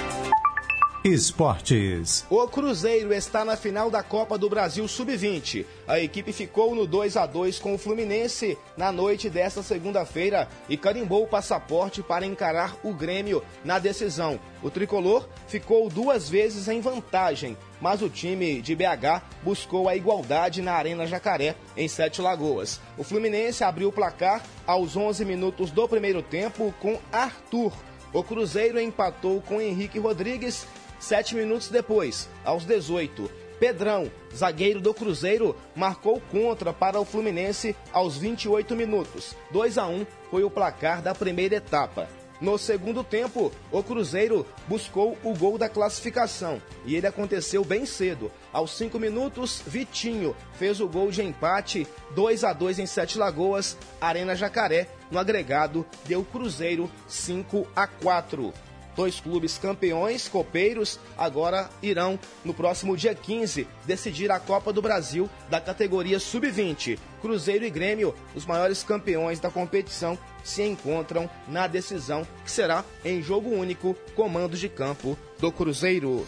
Esportes. O Cruzeiro está na final da Copa do Brasil Sub-20. A equipe ficou no 2-2 com o Fluminense na noite desta segunda-feira e carimbou o passaporte para encarar o Grêmio na decisão. O tricolor ficou 2 vezes em vantagem, mas o time de BH buscou a igualdade na Arena Jacaré, em Sete Lagoas. O Fluminense abriu o placar aos 11 minutos do primeiro tempo com Arthur. O Cruzeiro empatou com Henrique Rodrigues 7 minutos depois, aos 18. Pedrão, zagueiro do Cruzeiro, marcou contra para o Fluminense aos 28 minutos. 2-1 foi o placar da primeira etapa. No segundo tempo, o Cruzeiro buscou o gol da classificação e ele aconteceu bem cedo. Aos 5 minutos, Vitinho fez o gol de empate, 2-2 em Sete Lagoas, Arena Jacaré. No agregado, deu Cruzeiro 5-4. 2 clubes campeões, copeiros, agora irão, no próximo dia 15, decidir a Copa do Brasil da categoria Sub-20. Cruzeiro e Grêmio, os maiores campeões da competição, se encontram na decisão, que será em jogo único, comando de campo do Cruzeiro.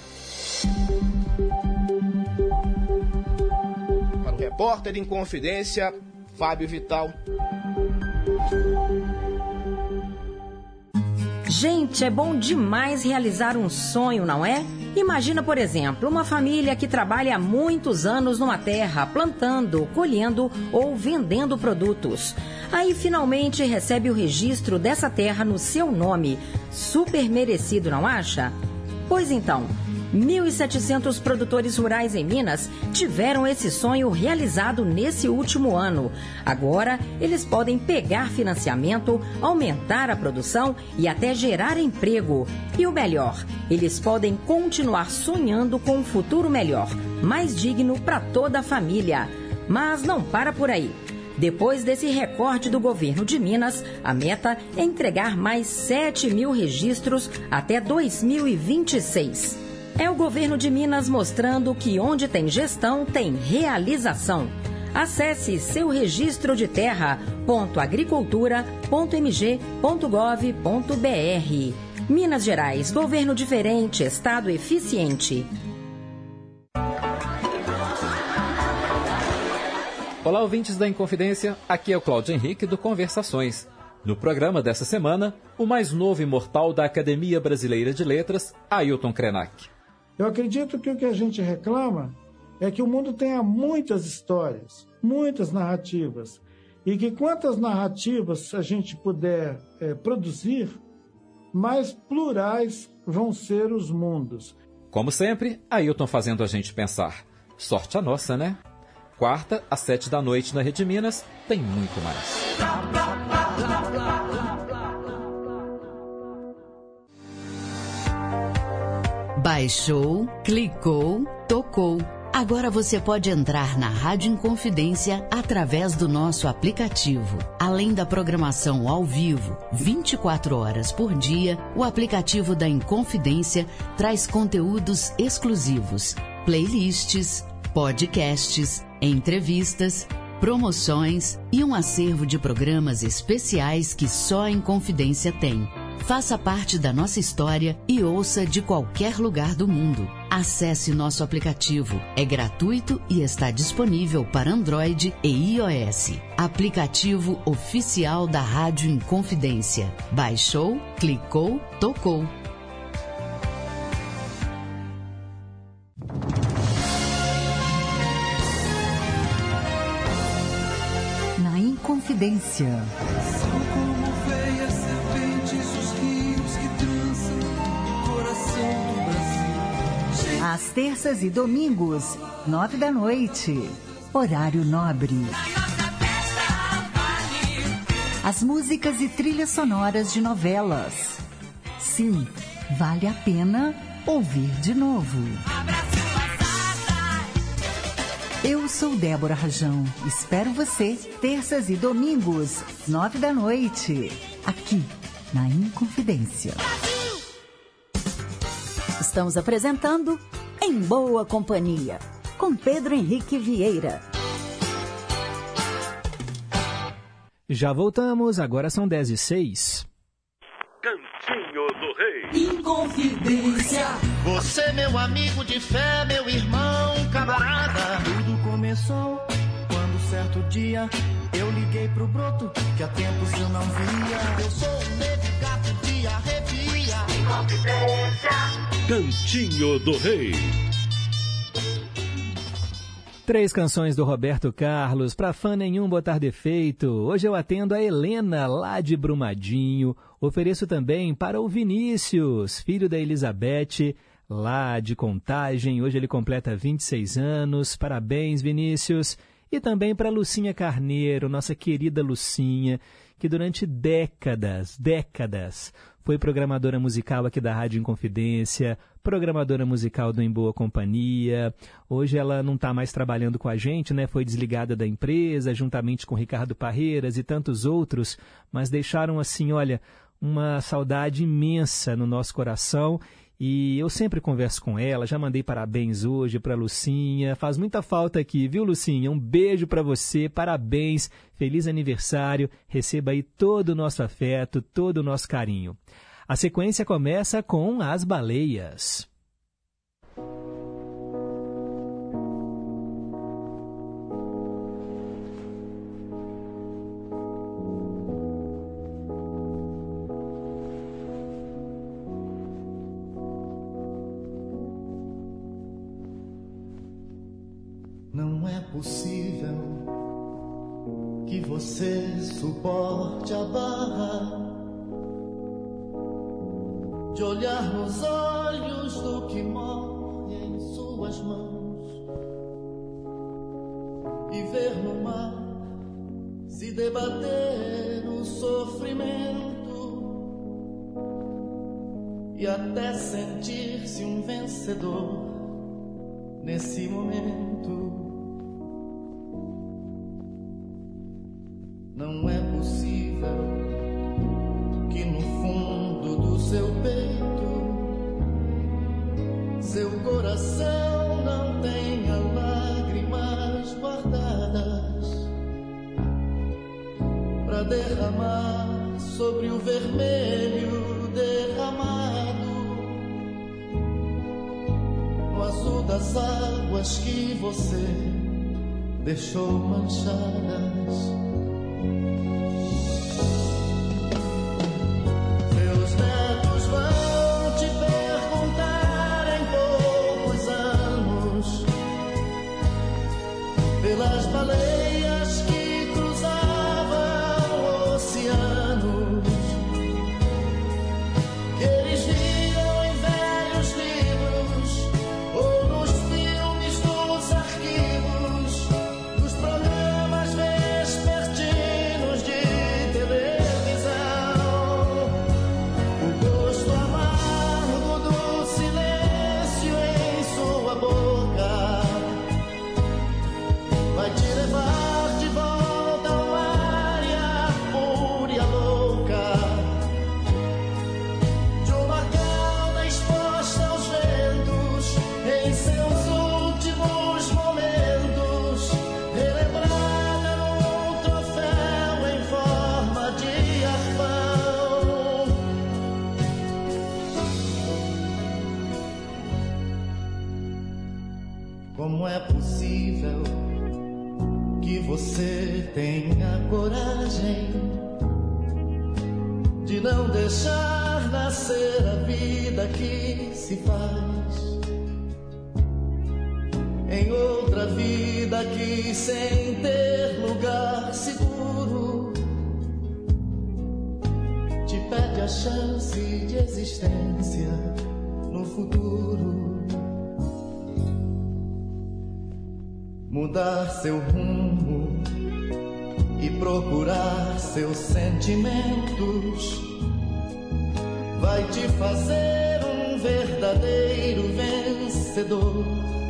Para o Repórter em Confidência, Fábio Vital. Gente, é bom demais realizar um sonho, não é? Imagina, por exemplo, uma família que trabalha há muitos anos numa terra, plantando, colhendo ou vendendo produtos. Aí, finalmente, recebe o registro dessa terra no seu nome. Super merecido, não acha? Pois então, 1.700 produtores rurais em Minas tiveram esse sonho realizado nesse último ano. Agora, eles podem pegar financiamento, aumentar a produção e até gerar emprego. E o melhor, eles podem continuar sonhando com um futuro melhor, mais digno para toda a família. Mas não para por aí. Depois desse recorde do governo de Minas, a meta é entregar mais 7.000 registros até 2026. É o governo de Minas mostrando que onde tem gestão, tem realização. Acesse seu registro de terra.agricultura.mg.gov.br. Minas Gerais, governo diferente, estado eficiente. Olá, ouvintes da Inconfidência, aqui é o Cláudio Henrique do Conversações. No programa dessa semana, o mais novo imortal da Academia Brasileira de Letras, Ailton Krenak. Eu acredito que o que a gente reclama é que o mundo tenha muitas histórias, muitas narrativas, e que quantas narrativas a gente puder produzir, mais plurais vão ser os mundos. Como sempre, Ailton fazendo a gente pensar. Sorte a nossa, né? Quarta, às 7h na Rede Minas, tem muito mais. Baixou, clicou, tocou. Agora você pode entrar na Rádio Inconfidência através do nosso aplicativo. Além da programação ao vivo, 24 horas por dia, o aplicativo da Inconfidência traz conteúdos exclusivos, playlists, podcasts, entrevistas, promoções e um acervo de programas especiais que só a Inconfidência tem. Faça parte da nossa história e ouça de qualquer lugar do mundo. Acesse nosso aplicativo. É gratuito e está disponível para Android e iOS. Aplicativo oficial da Rádio Inconfidência. Baixou, clicou, tocou. Na Inconfidência. Às terças e domingos, 21h, horário nobre. As músicas e trilhas sonoras de novelas. Sim, vale a pena ouvir de novo. Eu sou Débora Rajão. Espero você, terças e domingos, 21h, aqui na Inconfidência. Estamos apresentando Em Boa Companhia, com Pedro Henrique Vieira. Já voltamos, agora são 10h06. Cantinho do Rei. Inconfidência. Você, meu amigo de fé, meu irmão, camarada. Tudo começou quando certo dia eu liguei pro broto que há tempos eu não via. Eu sou o negro gato de arrepia. Inconfidência. Cantinho do Rei. 3 canções do Roberto Carlos, pra fã nenhum botar defeito. Hoje eu atendo a Helena, lá de Brumadinho. Ofereço também para o Vinícius, filho da Elizabeth, lá de Contagem. Hoje ele completa 26 anos. Parabéns, Vinícius. E também para Lucinha Carneiro, nossa querida Lucinha, que durante décadas, foi programadora musical aqui da Rádio Inconfidência, programadora musical do Em Boa Companhia. Hoje ela não está mais trabalhando com a gente, né? Foi desligada da empresa, juntamente com Ricardo Parreiras e tantos outros, mas deixaram, assim, olha, uma saudade imensa no nosso coração. E eu sempre converso com ela, já mandei parabéns hoje para Lucinha. Faz muita falta aqui, viu, Lucinha? Um beijo para você, parabéns, feliz aniversário. Receba aí todo o nosso afeto, todo o nosso carinho. A sequência começa com As Baleias. Não é possível que você suporte a barra de olhar nos olhos do que morre em suas mãos e ver no mar se debater o sofrimento e até sentir-se um vencedor nesse momento. Não é possível que no fundo do seu peito seu coração não tenha lágrimas guardadas pra derramar sobre o vermelho derramar das águas que você deixou manchadas. Seus netos vão te perguntar em poucos anos pelas baleias que cruzavam oceanos, que eles viram em velhos livros ou nos filmes dos arquivos, dos programas vespertinos de televisão. O gosto amargo do silêncio em sua boca vai te levar de volta ao mar e à fúria louca de uma cauda exposta aos ventos em seus últimos momentos, relembrada num troféu em forma de arpão. Como é possível que você tenha coragem de não deixar nascer a vida que se faz em outra vida que, sem ter lugar seguro, te pede a chance de existência no futuro? Mudar seu rumo e procurar seus sentimentos vai te fazer um verdadeiro vencedor.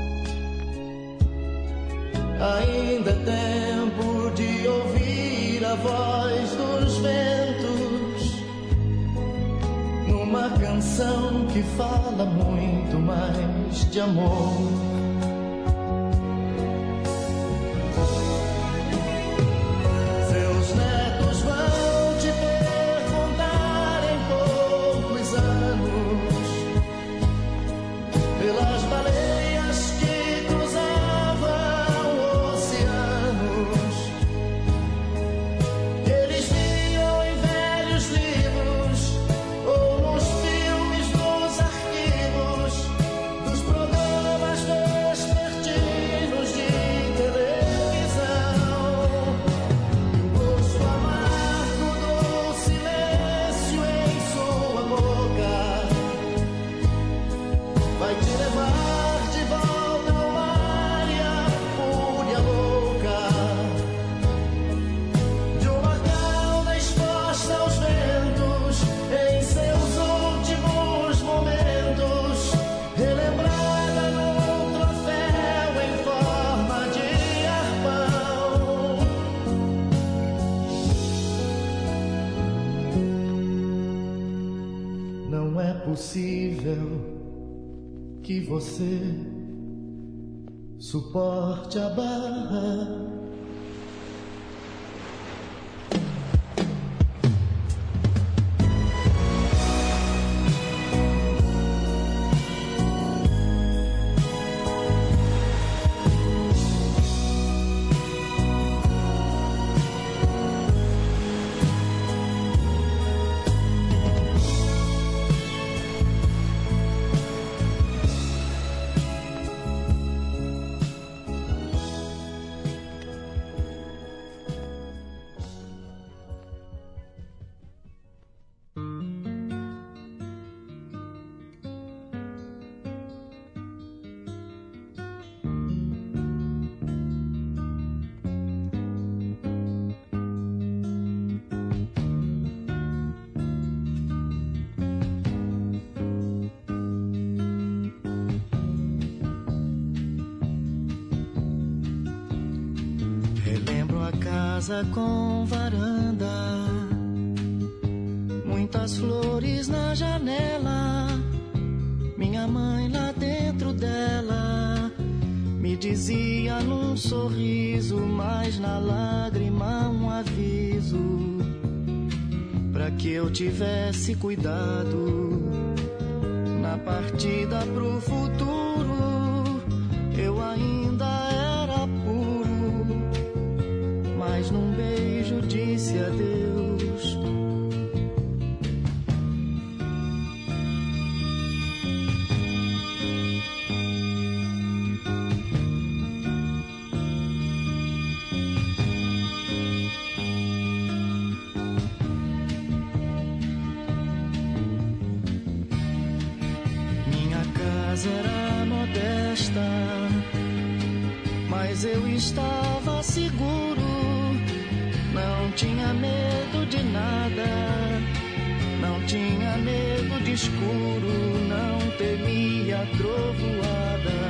Ainda é tempo de ouvir a voz dos ventos numa canção que fala muito mais de amor. Seus netos vão te perguntar em poucos anos pelas baleias que cruzavam oceanos, que eles viam em velhos livros ou nos filmes dos arquivos, dos programas vespertinos de televisão. E o gosto amargo do silêncio em sua boca vai te levar de volta ao mar e à fúria louca de uma cauda exposta aos ventos em seus últimos momentos, relembrada num troféu em forma de arpão. Não é possível que você suporte a barra. Relembro a casa com varanda, muitas flores na janela, minha mãe lá dentro dela me dizia num sorriso, mas na lágrima um aviso, pra que eu tivesse cuidado na partida pro futuro. mas eu estava seguro. Não tinha medo de nada, não tinha medo de escuro, não temia trovoada.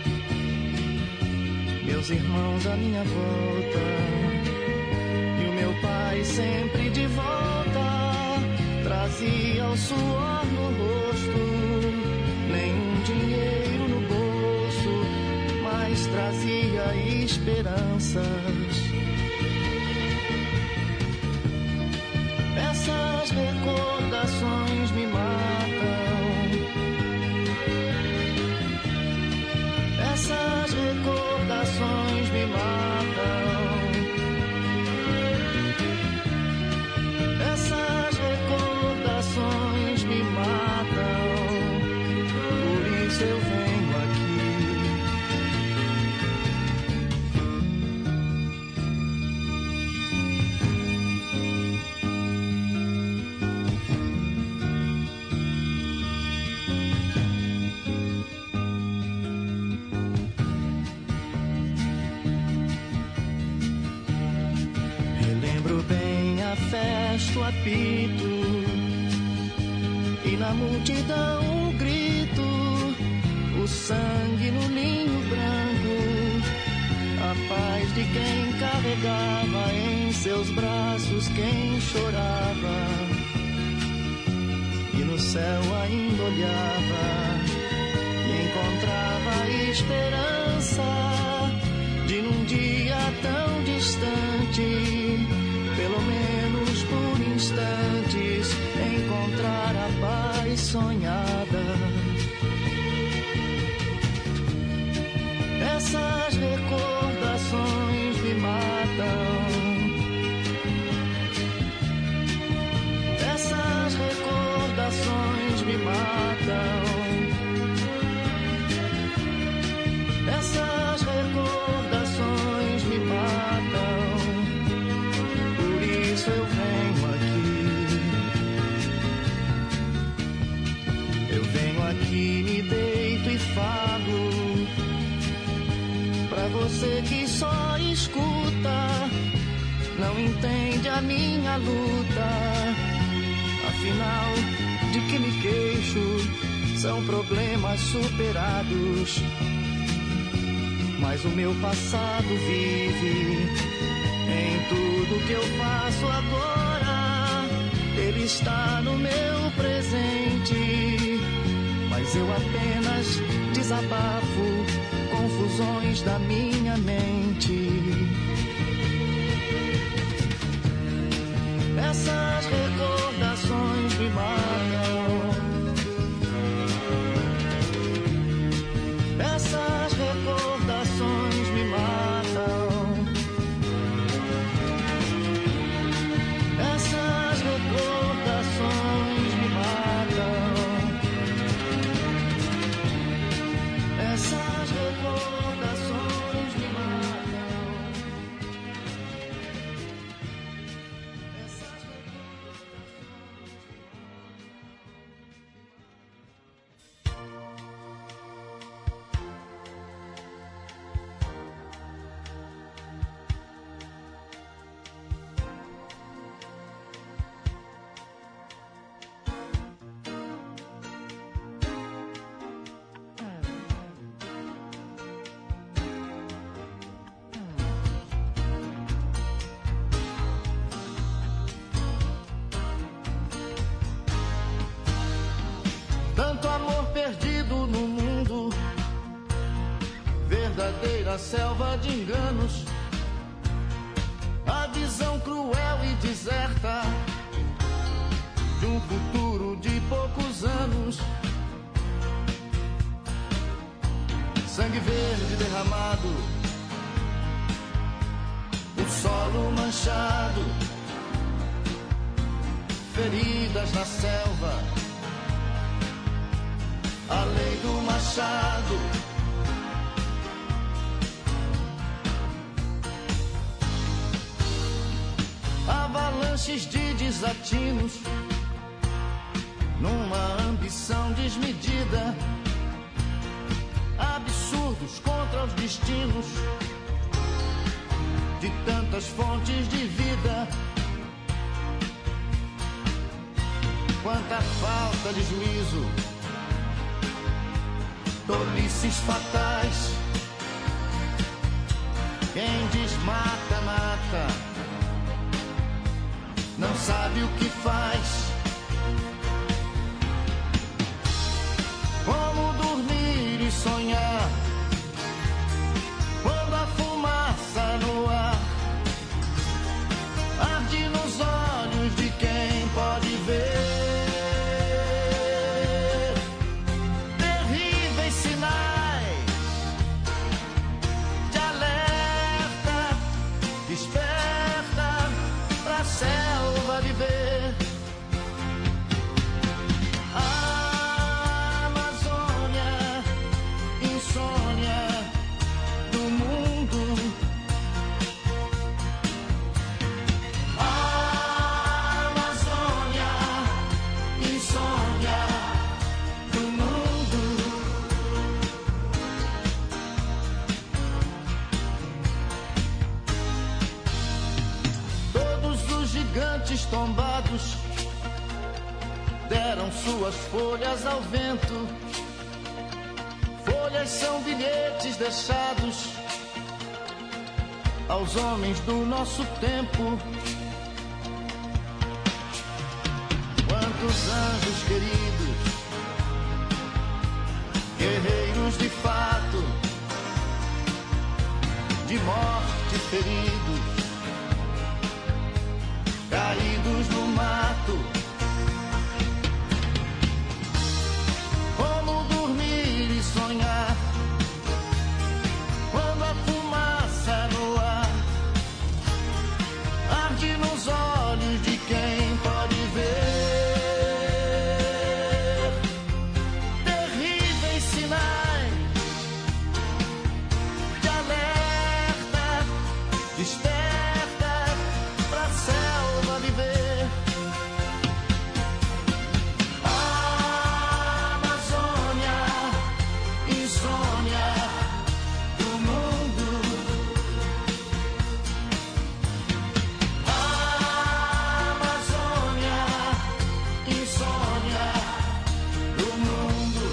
Meus irmãos à minha volta e o meu pai sempre de volta, trazia o suor no rosto, nenhum dinheiro no bolso, mas trazia esperanças. Essas recordações me matam. Essas recordações me matam. Essas recordações me matam. Por isso eu venho aqui. Festo apito e na multidão um grito, o sangue no linho branco, a paz de quem carregava em seus braços quem chorava, e no céu ainda olhava e encontrava esperança de num dia tão distante, pelo menos por instantes, encontrar a paz sonhada. Essas recordações me matam. Essas recordações me matam. Essas recordações me matam. Eu venho aqui, eu venho aqui, me deito e falo pra você que só escuta, não entende a minha luta. Afinal, de que me queixo, são problemas superados, mas o meu passado vive em tudo que eu faço agora. Ele está no meu presente, mas eu apenas desabafo confusões da minha mente. Essas recordações me matam. Essas recordações me matam. Essas recordações me matam. Essas recordações me matam. Essas tanto amor perdido no mundo, verdadeira selva de enganos, a visão cruel e deserta de um futuro de poucos anos. Sangue verde derramado, o solo manchado, feridas na selva, a lei do machado. Avalanches de desatinos, numa ambição desmedida, absurdo todos contra os destinos de tantas fontes de vida. Quanta falta de juízo, tolices fatais. Quem diz mata, mata, não sabe o que faz. Como dormir e sonhar quando a fumaça no ar arde nos olhos de quem pode ver. Terríveis sinais de alerta, desperta pra selva viver. A Amazônia, insônia do mundo. A Amazônia, insônia do mundo. Todos os gigantes tombados deram suas folhas ao vento. Folhas são bilhetes deixados aos homens do nosso tempo. Quantos anjos queridos, guerreiros de fato, de morte feridos, caídos no mato. Como dormir e sonhar quando a fumaça no ar arde nos olhos de quem pode ver. Terríveis sinais de alerta, desperta pra selva viver. A Amazônia, insônia do mundo. A Amazônia, insônia do mundo.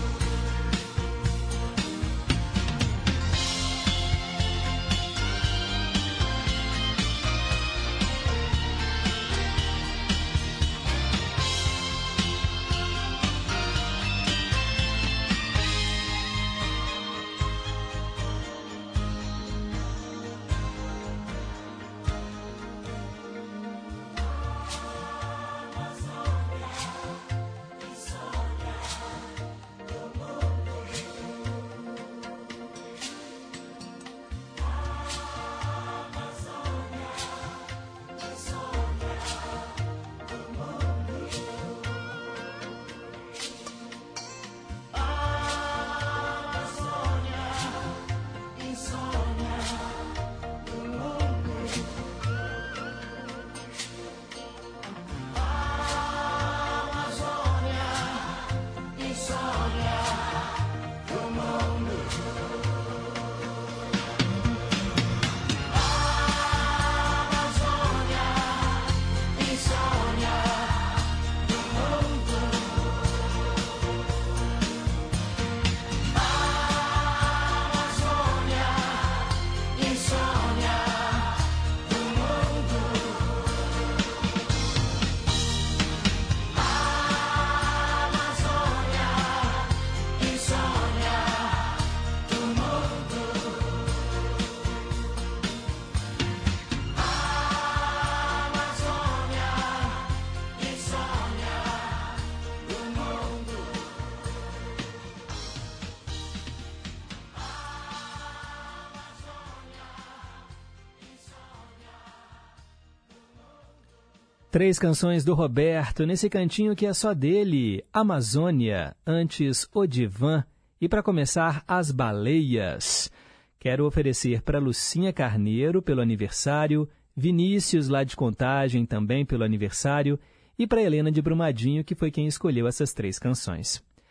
Três canções do Roberto, nesse cantinho que é só dele, Amazônia, antes O Divã e para começar As Baleias. Quero oferecer para Lucinha Carneiro pelo aniversário, Vinícius lá de Contagem também pelo aniversário e para Helena de Brumadinho, que foi quem escolheu essas três canções.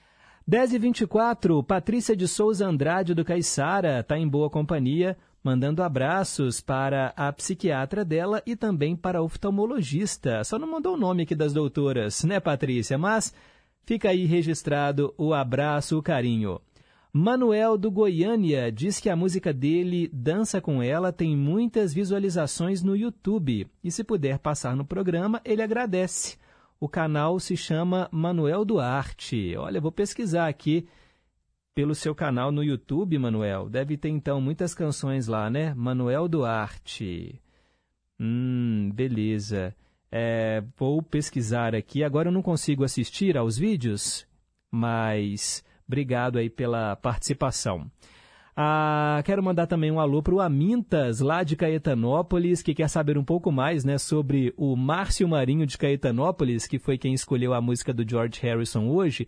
10h24, Patrícia de Souza Andrade do Caiçara está em boa companhia, mandando abraços para a psiquiatra dela e também para a oftalmologista. Só não mandou o nome aqui das doutoras, né, Patrícia? Mas fica aí registrado o abraço, o carinho. Manuel do Goiânia diz que a música dele, Dança com Ela, tem muitas visualizações no YouTube. E se puder passar no programa, ele agradece. O canal se chama Manuel Duarte. Olha, eu vou pesquisar aqui pelo seu canal no YouTube, Manuel. Deve ter, então, muitas canções lá, né? Manuel Duarte. Beleza. Vou pesquisar aqui. Agora eu não consigo assistir aos vídeos, mas obrigado aí pela participação. Quero mandar também um alô para o Amintas, lá de Caetanópolis, que quer saber um pouco mais, né, sobre o Márcio Marinho de Caetanópolis, que foi quem escolheu a música do George Harrison hoje.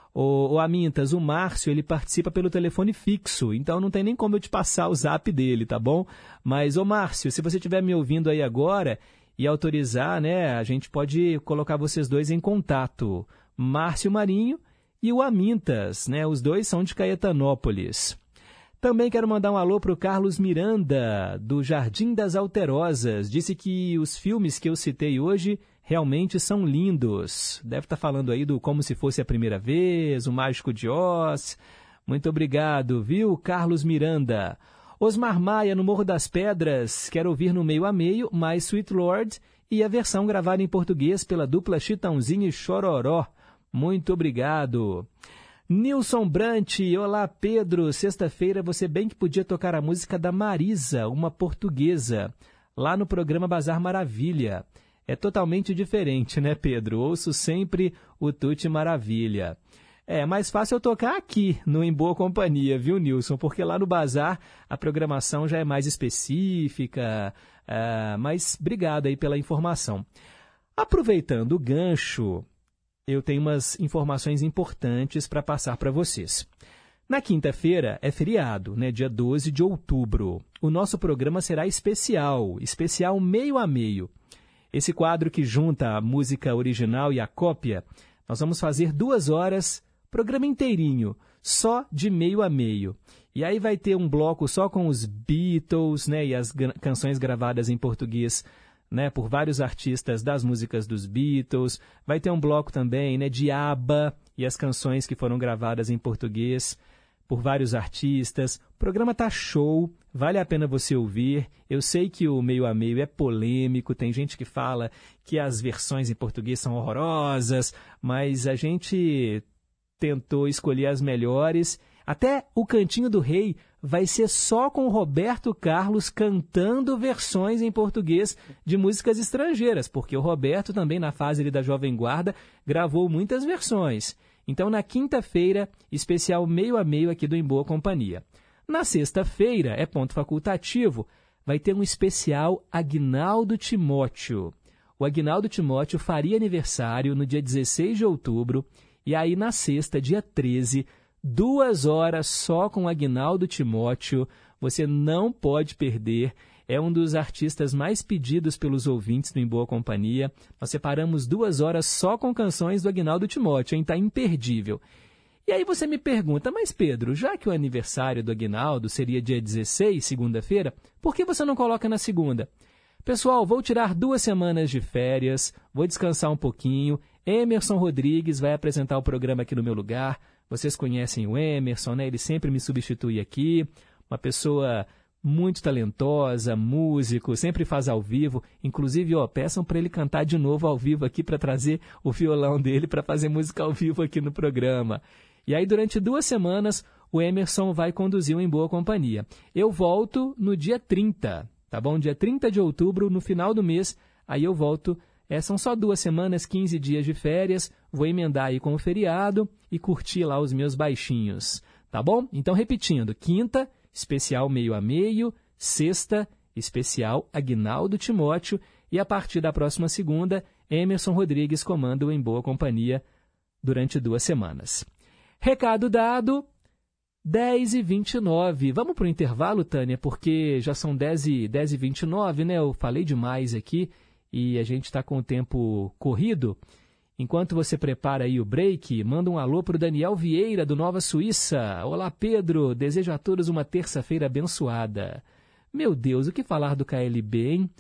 O Amintas, o Márcio, ele participa pelo telefone fixo, então não tem nem como eu te passar o zap dele, tá bom? Mas, ô Márcio, se você estiver me ouvindo aí agora e autorizar, né, a gente pode colocar vocês dois em contato. Márcio Marinho e o Amintas, né, os dois são de Caetanópolis. Também quero mandar um alô para o Carlos Miranda, do Jardim das Alterosas. Disse que os filmes que eu citei hoje realmente são lindos. Deve estar falando aí do Como Se Fosse a Primeira Vez, O Mágico de Oz. Muito obrigado, viu, Carlos Miranda? Osmar Maia, no Morro das Pedras, quer ouvir no meio a meio mais Sweet Lord e a versão gravada em português pela dupla Chitãozinho e Chororó. Muito obrigado. Nilson Brant, olá Pedro, sexta-feira você bem que podia tocar a música da Marisa, uma portuguesa, lá no programa Bazar Maravilha. É totalmente diferente, né, Pedro? Ouço sempre o Tutti Maravilha. É mais fácil eu tocar aqui, no Em Boa Companhia, viu, Nilson? Porque lá no Bazar a programação já é mais específica, mas obrigado aí pela informação. Aproveitando o gancho, eu tenho umas informações importantes para passar para vocês. Na quinta-feira é feriado, né, dia 12 de outubro. O nosso programa será especial meio a meio. Esse quadro que junta a música original e a cópia, nós vamos fazer 2 horas, programa inteirinho, só de meio a meio. E aí vai ter um bloco só com os Beatles, né, e as canções gravadas em português, né, por vários artistas das músicas dos Beatles. Vai ter um bloco também, né, de ABBA e as canções que foram gravadas em português por vários artistas. O programa tá show, vale a pena você ouvir. Eu sei que o meio a meio é polêmico, tem gente que fala que as versões em português são horrorosas, mas a gente tentou escolher as melhores. Até o Cantinho do Rei vai ser só com o Roberto Carlos cantando versões em português de músicas estrangeiras, porque o Roberto também, na fase ali da Jovem Guarda, gravou muitas versões. Então, na quinta-feira, especial meio a meio aqui do Em Boa Companhia. Na sexta-feira, é ponto facultativo, vai ter um especial Aguinaldo Timóteo. O Aguinaldo Timóteo faria aniversário no dia 16 de outubro, e aí na sexta, dia 13, 2 horas só com o Aguinaldo Timóteo, você não pode perder, é um dos artistas mais pedidos pelos ouvintes do Em Boa Companhia. Nós separamos 2 horas só com canções do Aguinaldo Timóteo, hein? Tá imperdível. E aí você me pergunta, mas Pedro, já que o aniversário do Aguinaldo seria dia 16, segunda-feira, por que você não coloca na segunda? Pessoal, vou tirar 2 semanas de férias, vou descansar um pouquinho, Emerson Rodrigues vai apresentar o programa aqui no meu lugar. Vocês conhecem o Emerson, né? Ele sempre me substitui aqui, uma pessoa muito talentosa, músico, sempre faz ao vivo. Inclusive, peçam para ele cantar de novo ao vivo aqui para trazer o violão dele para fazer música ao vivo aqui no programa. E aí, durante 2 semanas, o Emerson vai conduzir o Em Boa Companhia. Eu volto no dia 30, tá bom? Dia 30 de outubro, no final do mês, aí eu volto. São só 2 semanas, 15 dias de férias, vou emendar aí com o feriado e curtir lá os meus baixinhos, tá bom? Então, repetindo, quinta, especial meio a meio, sexta, especial Aguinaldo Timóteo e a partir da próxima segunda, Emerson Rodrigues comanda o Em Boa Companhia durante 2 semanas. Recado dado, 10h29. Vamos para o intervalo, Tânia, porque já são 10h29, né? Eu falei demais aqui. E a gente está com o tempo corrido, Enquanto você prepara aí o break, manda um alô para o Daniel Vieira, do Nova Suíça. Olá, Pedro. Desejo a todos uma terça-feira abençoada. Meu Deus, o que falar do KLB, hein?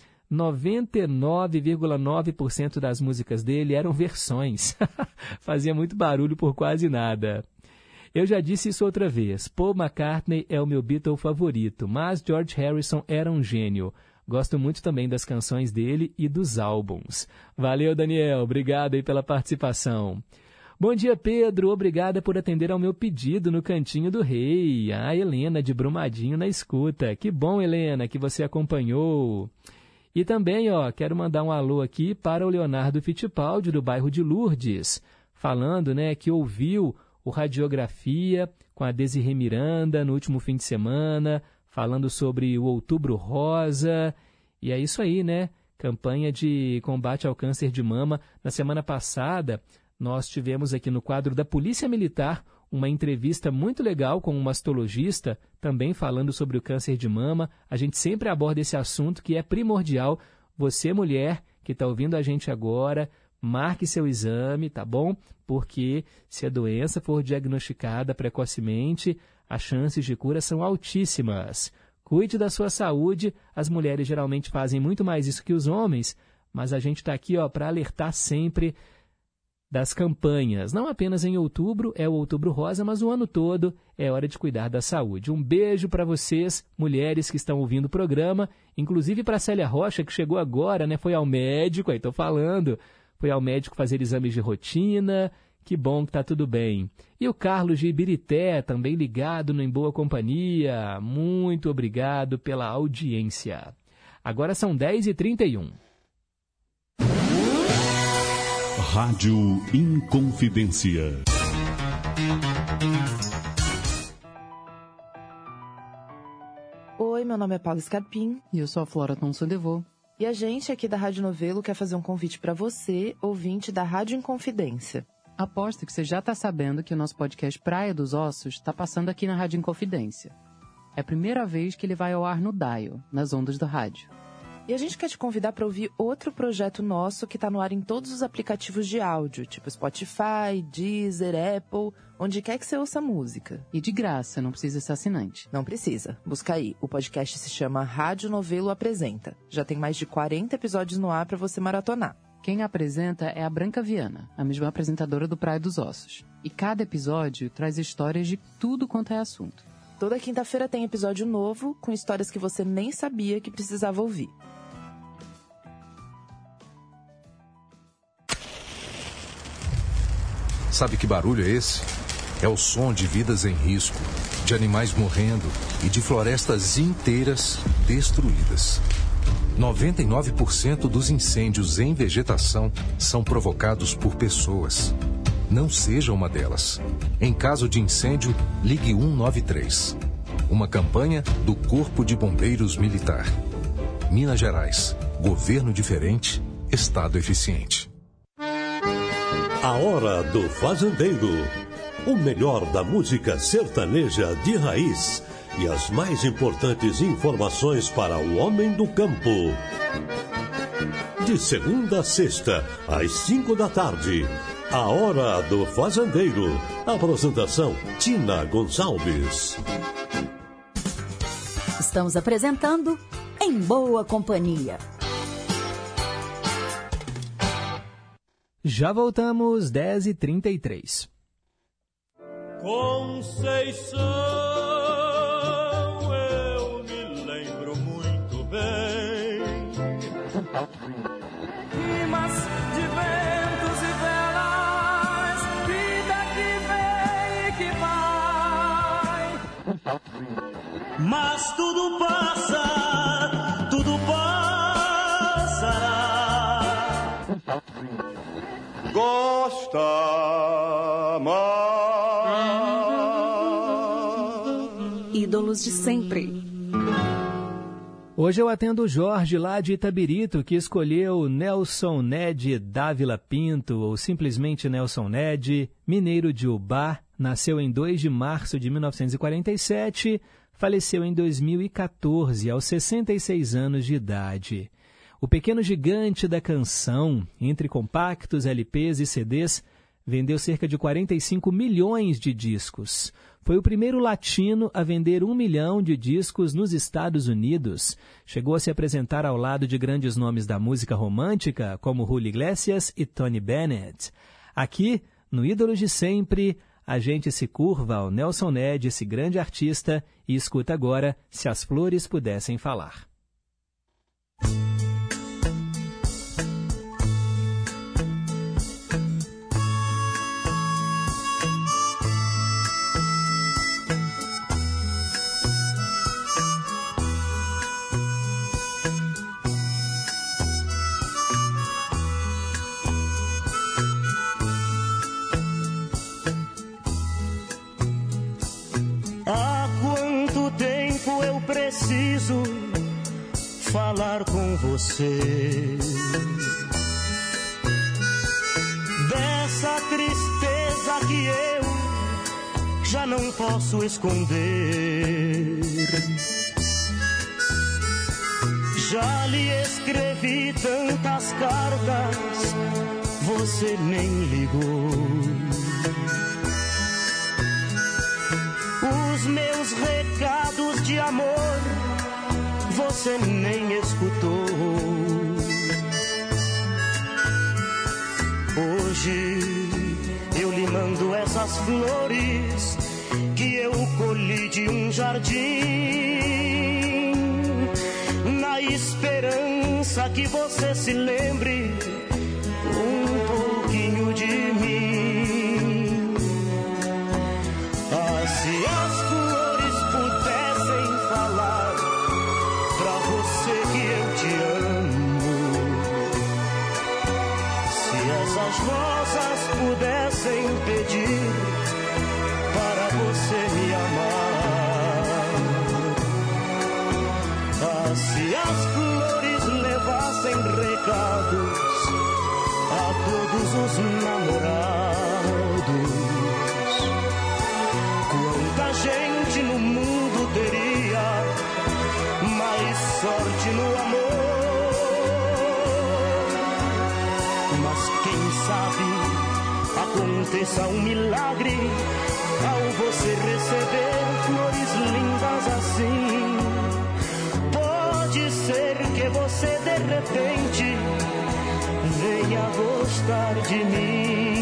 99,9% das músicas dele eram versões. Fazia muito barulho por quase nada. Eu já disse isso outra vez. Paul McCartney é o meu Beatle favorito, mas George Harrison era um gênio. Gosto muito também das canções dele e dos álbuns. Valeu, Daniel. Obrigado aí pela participação. Bom dia, Pedro. Obrigada por atender ao meu pedido no Cantinho do Rei. A Helena de Brumadinho na escuta. Que bom, Helena, que você acompanhou. E também, quero mandar um alô aqui para o Leonardo Fittipaldi, do bairro de Lourdes, falando, que ouviu o Radiografia com a Desirê Miranda no último fim de semana, falando sobre o Outubro Rosa. E é isso aí, Campanha de combate ao câncer de mama. Na semana passada, nós tivemos aqui no quadro da Polícia Militar uma entrevista muito legal com um mastologista, também falando sobre o câncer de mama. A gente sempre aborda esse assunto que é primordial. Você, mulher, que está ouvindo a gente agora, marque seu exame, tá bom? Porque se a doença for diagnosticada precocemente, as chances de cura são altíssimas. Cuide da sua saúde. As mulheres geralmente fazem muito mais isso que os homens, mas a gente está aqui para alertar sempre das campanhas. Não apenas em outubro, é o Outubro Rosa, mas o ano todo é hora de cuidar da saúde. Um beijo para vocês, mulheres que estão ouvindo o programa, inclusive para a Célia Rocha, que chegou agora, foi ao médico, aí estou falando, foi ao médico fazer exames de rotina. Que bom que está tudo bem. E o Carlos de Ibirité, também ligado no Em Boa Companhia. Muito obrigado pela audiência. Agora são 10h31. Rádio Inconfidência. Oi, meu nome é Paula Scarpim. E eu sou a Flora Thomson-Devô. E a gente aqui da Rádio Novelo quer fazer um convite para você, ouvinte da Rádio Inconfidência. Aposto que você já está sabendo que o nosso podcast Praia dos Ossos está passando aqui na Rádio Inconfidência. É a primeira vez que ele vai ao ar no Dial, nas ondas do rádio. E a gente quer te convidar para ouvir outro projeto nosso que está no ar em todos os aplicativos de áudio, tipo Spotify, Deezer, Apple, onde quer que você ouça música. E de graça, não precisa ser assinante. Não precisa. Busca aí. O podcast se chama Rádio Novelo Apresenta. Já tem mais de 40 episódios no ar para você maratonar. Quem apresenta é a Branca Viana, a mesma apresentadora do Praia dos Ossos. E cada episódio traz histórias de tudo quanto é assunto. Toda quinta-feira tem episódio novo, com histórias que você nem sabia que precisava ouvir. Sabe que barulho é esse? É o som de vidas em risco, de animais morrendo e de florestas inteiras destruídas. 99% dos incêndios em vegetação são provocados por pessoas. Não seja uma delas. Em caso de incêndio, ligue 193. Uma campanha do Corpo de Bombeiros Militar. Minas Gerais. Governo diferente, Estado eficiente. A Hora do Fazendeiro. O melhor da música sertaneja de raiz e as mais importantes informações para o homem do campo. De segunda a sexta, às 5 da tarde. A Hora do Fazendeiro. Apresentação: Tina Gonçalves. Estamos apresentando Em Boa Companhia. Já voltamos, 10h33. Conceição, eu me lembro muito bem. Rimas de ventos e velas, vida que vem e que vai. Mas tudo passa, tudo passará. Gosta mais. Ídolos de sempre. Hoje eu atendo o Jorge, lá de Itabirito, que escolheu Nelson Ned Dávila Pinto, ou simplesmente Nelson Ned, mineiro de Ubá, nasceu em 2 de março de 1947, faleceu em 2014, aos 66 anos de idade. O pequeno gigante da canção, entre compactos, LPs e CDs, vendeu cerca de 45 milhões de discos. Foi o primeiro latino a vender 1 milhão de discos nos Estados Unidos. Chegou a se apresentar ao lado de grandes nomes da música romântica, como Julio Iglesias e Tony Bennett. Aqui, no Ídolos de Sempre, a gente se curva ao Nelson Ned, esse grande artista, e escuta agora Se as Flores Pudessem Falar. Preciso falar com você dessa tristeza que eu já não posso esconder. Já lhe escrevi tantas cartas, você nem ligou. Os meus recados de amor você nem escutou. Hoje eu lhe mando essas flores que eu colhi de um jardim, na esperança que você se lembre um pouquinho de mim. Ah, se as flores pudessem falar pra você que eu te amo, se essas rosas pudessem pedir para você me amar, ah, se as flores levassem recados a todos os namorados, quanta gente no mundo teria mais sorte no amor. Mas quem sabe aconteça um milagre ao você receber flores lindas assim. Pode ser que você de repente venha gostar de mim.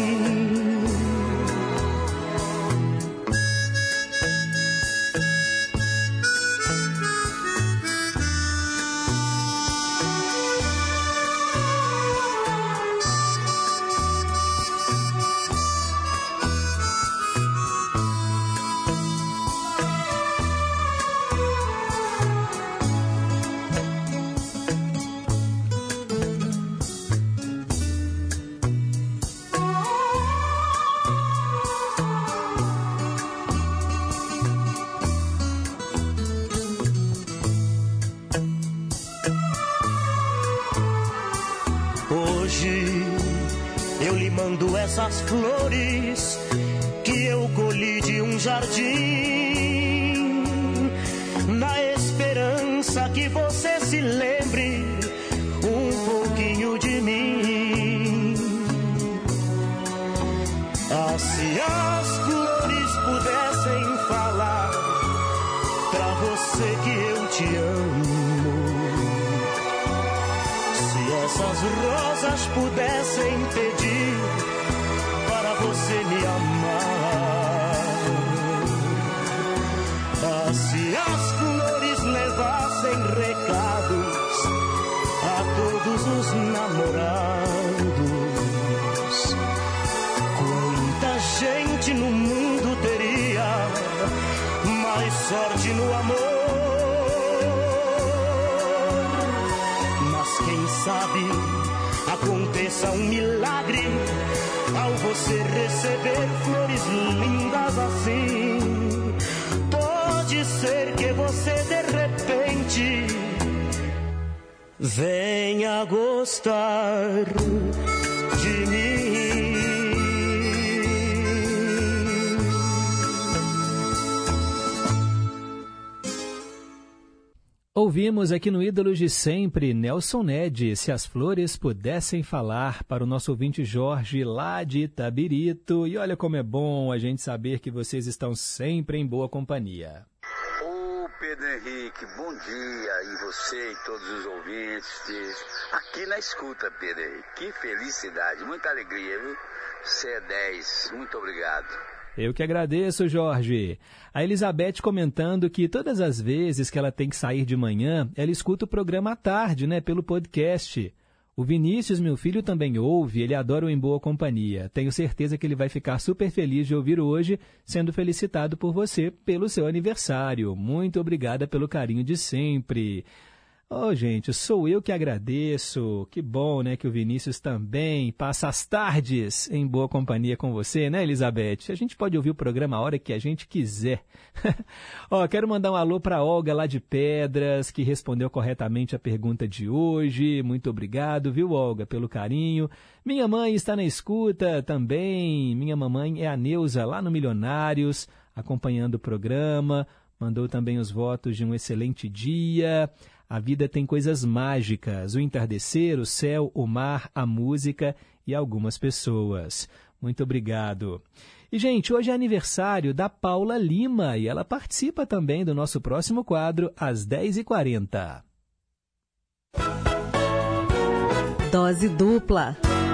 Essas flores que eu colhi de um jardim, na esperança que você se lembre um pouquinho de mim. Ah, se as flores pudessem falar pra você que eu te amo, se essas rosas pudessem pedir para você me amar, ah, se as flores levassem recados a todos os namorados, quanta gente no mundo teria mais sorte no amor. Mas quem sabe aconteça um milagre ao você receber flores lindas assim. Pode ser que você de repente venha gostar de mim. Ouvimos aqui no Ídolos de Sempre, Nelson Ned, Se as Flores Pudessem Falar, para o nosso ouvinte Jorge, lá de Itabirito. E olha como é bom a gente saber que vocês estão sempre em boa companhia. Ô Pedro Henrique, bom dia, e você e todos os ouvintes, aqui na escuta, Pedro Henrique. Que felicidade, muita alegria, viu? Você é 10, muito obrigado. Eu que agradeço, Jorge. A Elizabeth comentando que todas as vezes que ela tem que sair de manhã, ela escuta o programa à tarde, né, pelo podcast. O Vinícius, meu filho, também ouve, ele adora o Em Boa Companhia. Tenho certeza que ele vai ficar super feliz de ouvir hoje, sendo felicitado por você pelo seu aniversário. Muito obrigada pelo carinho de sempre. Oh, gente, sou eu que agradeço. Que bom, né, que o Vinícius também passa as tardes em boa companhia com você, né, Elizabeth? A gente pode ouvir o programa a hora que a gente quiser. Quero mandar um alô para Olga lá de Pedras, que respondeu corretamente a pergunta de hoje. Muito obrigado, viu, Olga, pelo carinho. Minha mãe está na escuta também. Minha mamãe é a Neuza, lá no Milionários, acompanhando o programa. Mandou também os votos de um excelente dia. A vida tem coisas mágicas, o entardecer, o céu, o mar, a música e algumas pessoas. Muito obrigado. E, gente, hoje é aniversário da Paula Lima e ela participa também do nosso próximo quadro às 10h40. Dose dupla.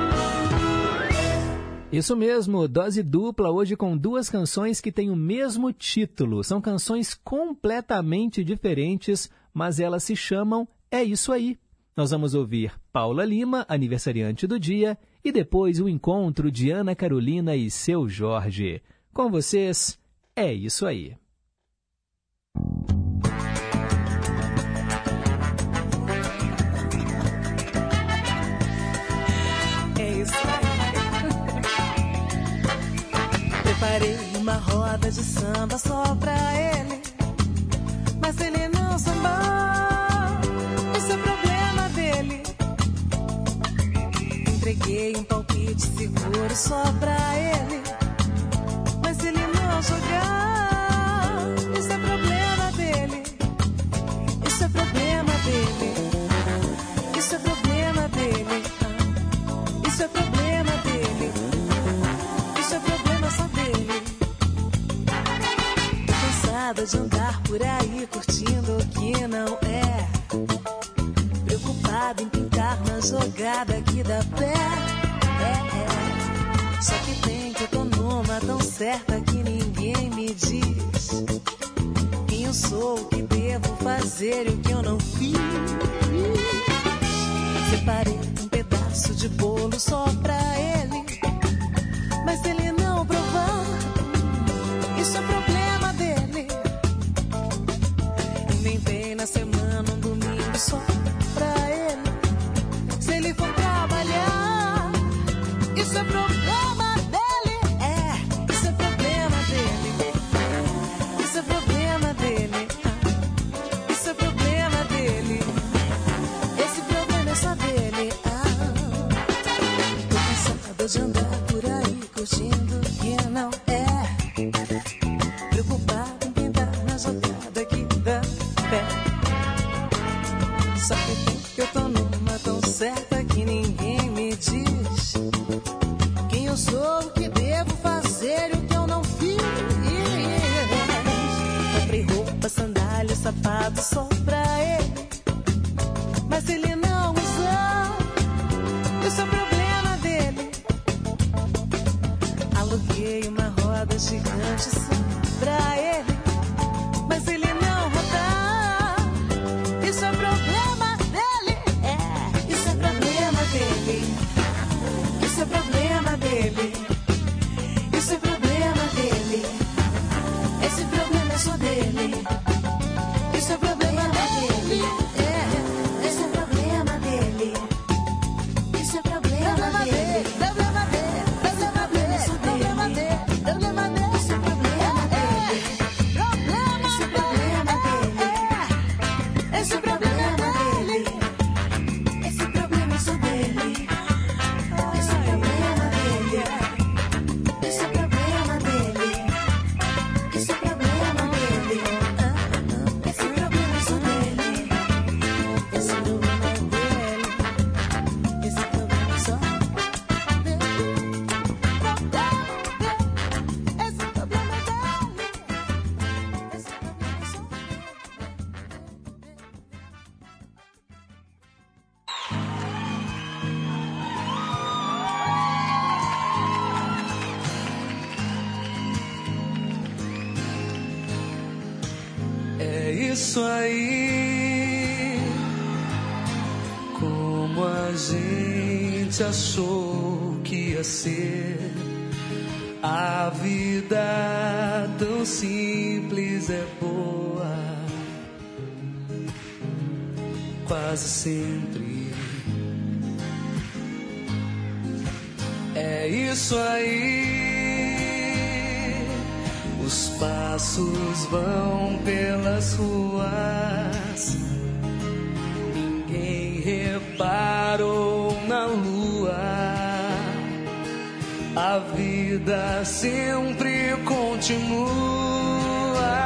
Isso mesmo, dose dupla hoje com duas canções que têm o mesmo título. São canções completamente diferentes, mas elas se chamam É Isso Aí. Nós vamos ouvir Paula Lima, aniversariante do dia, e depois o encontro de Ana Carolina e Seu Jorge. Com vocês, É Isso Aí. É isso aí. Preparei uma roda de samba só pra ele, mas ele não sambou, isso é problema dele. Entreguei um palpite seguro só pra ele, mas ele não jogou, isso é problema dele. Isso é problema dele. Isso é problema dele. Isso é problema dele. Isso é problema só dele. Tô cansada de andar por aí curtindo o que não é, preocupada em pintar na jogada que dá pé. Só que tem que eu tô numa tão certa que ninguém me diz quem eu sou, o que devo fazer e o que eu não fiz. Separei um pedaço de bolo só pra ele, mas ele não provou, isso é problema dele. Inventei na semana um domingo só pra ele, se ele for trabalhar, isso é problema dele. Isso é problema dele. Isso é problema dele. Isso é problema dele. Esse problema é só dele. Tô cansada de andar por aí curtindo o que não é, preocupado em pintar na jogada que dá pé. Só que tem que eu tô numa tão certa que ninguém me diz quem eu sou, o que devo fazer e o que eu não fiz. Comprei roupa, sandália, sapato só pra ele, mas ele não usou, isso é problema dele. Aluguei uma roda gigante só pra ele, mas ele não rodar, isso é problema dele. Isso é problema dele. Isso é problema dele. Isso é problema dele. Esse problema é só dele. Isso é problema dele. Esse é problema dele. Isso é problema dele. Problema dele. Esse é problema só dele. Problema dele. Problema dele. Isso é problema dele. Problema. Isso é problema dele. Esse é problema dele. isso aí, como a gente achou que ia ser. A vida tão simples é boa, quase sempre. É isso aí, os passos vão pelas ruas, ninguém reparou na lua. A vida sempre continua.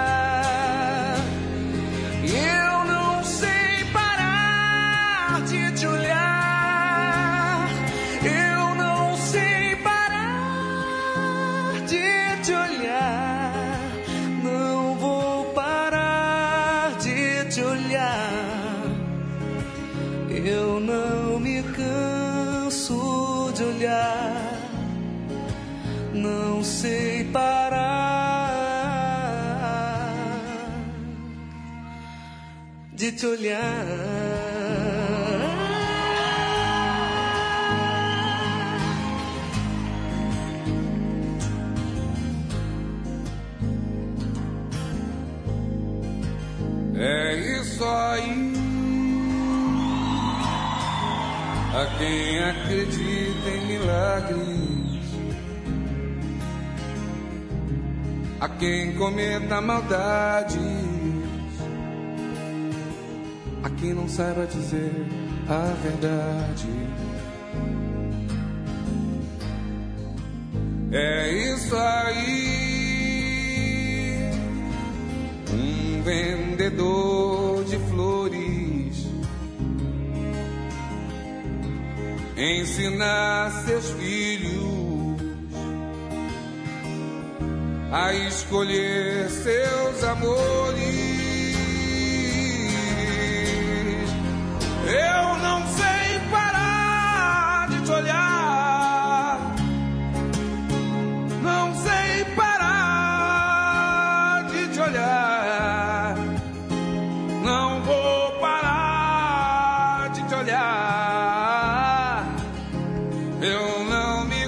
Eu não sei parar de te olhar. Eu não sei parar de te olhar. Não vou parar de te olhar. Eu não me canso de olhar. Não sei parar de te olhar. É isso aí, a quem acredita em milagres, a quem cometa maldades, a quem não saiba dizer a verdade. É isso aí, um vendedor de flores ensina seus filhos a escolher seus amores. Eu não sei parar de te olhar. Não sei parar de te olhar. Não vou parar de te olhar. Eu não me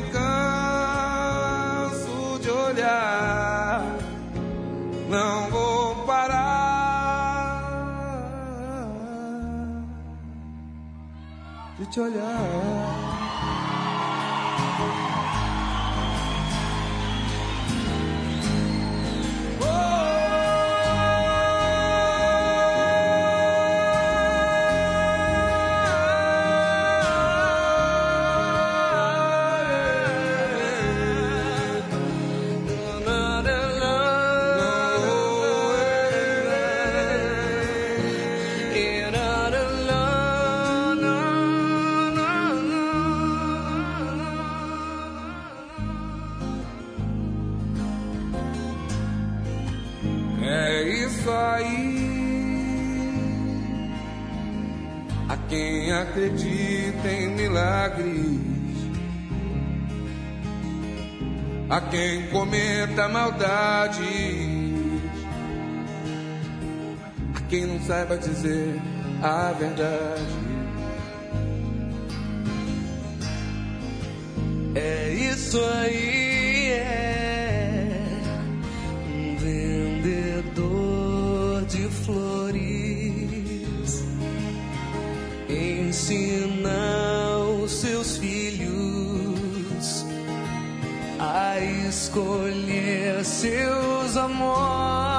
canso de olhar. Não vou parar de te olhar. Quem acredita em milagres, a quem cometa maldades, a quem não saiba dizer a verdade. É isso aí, é um vendedor de flores ensina os seus filhos a escolher seus amores.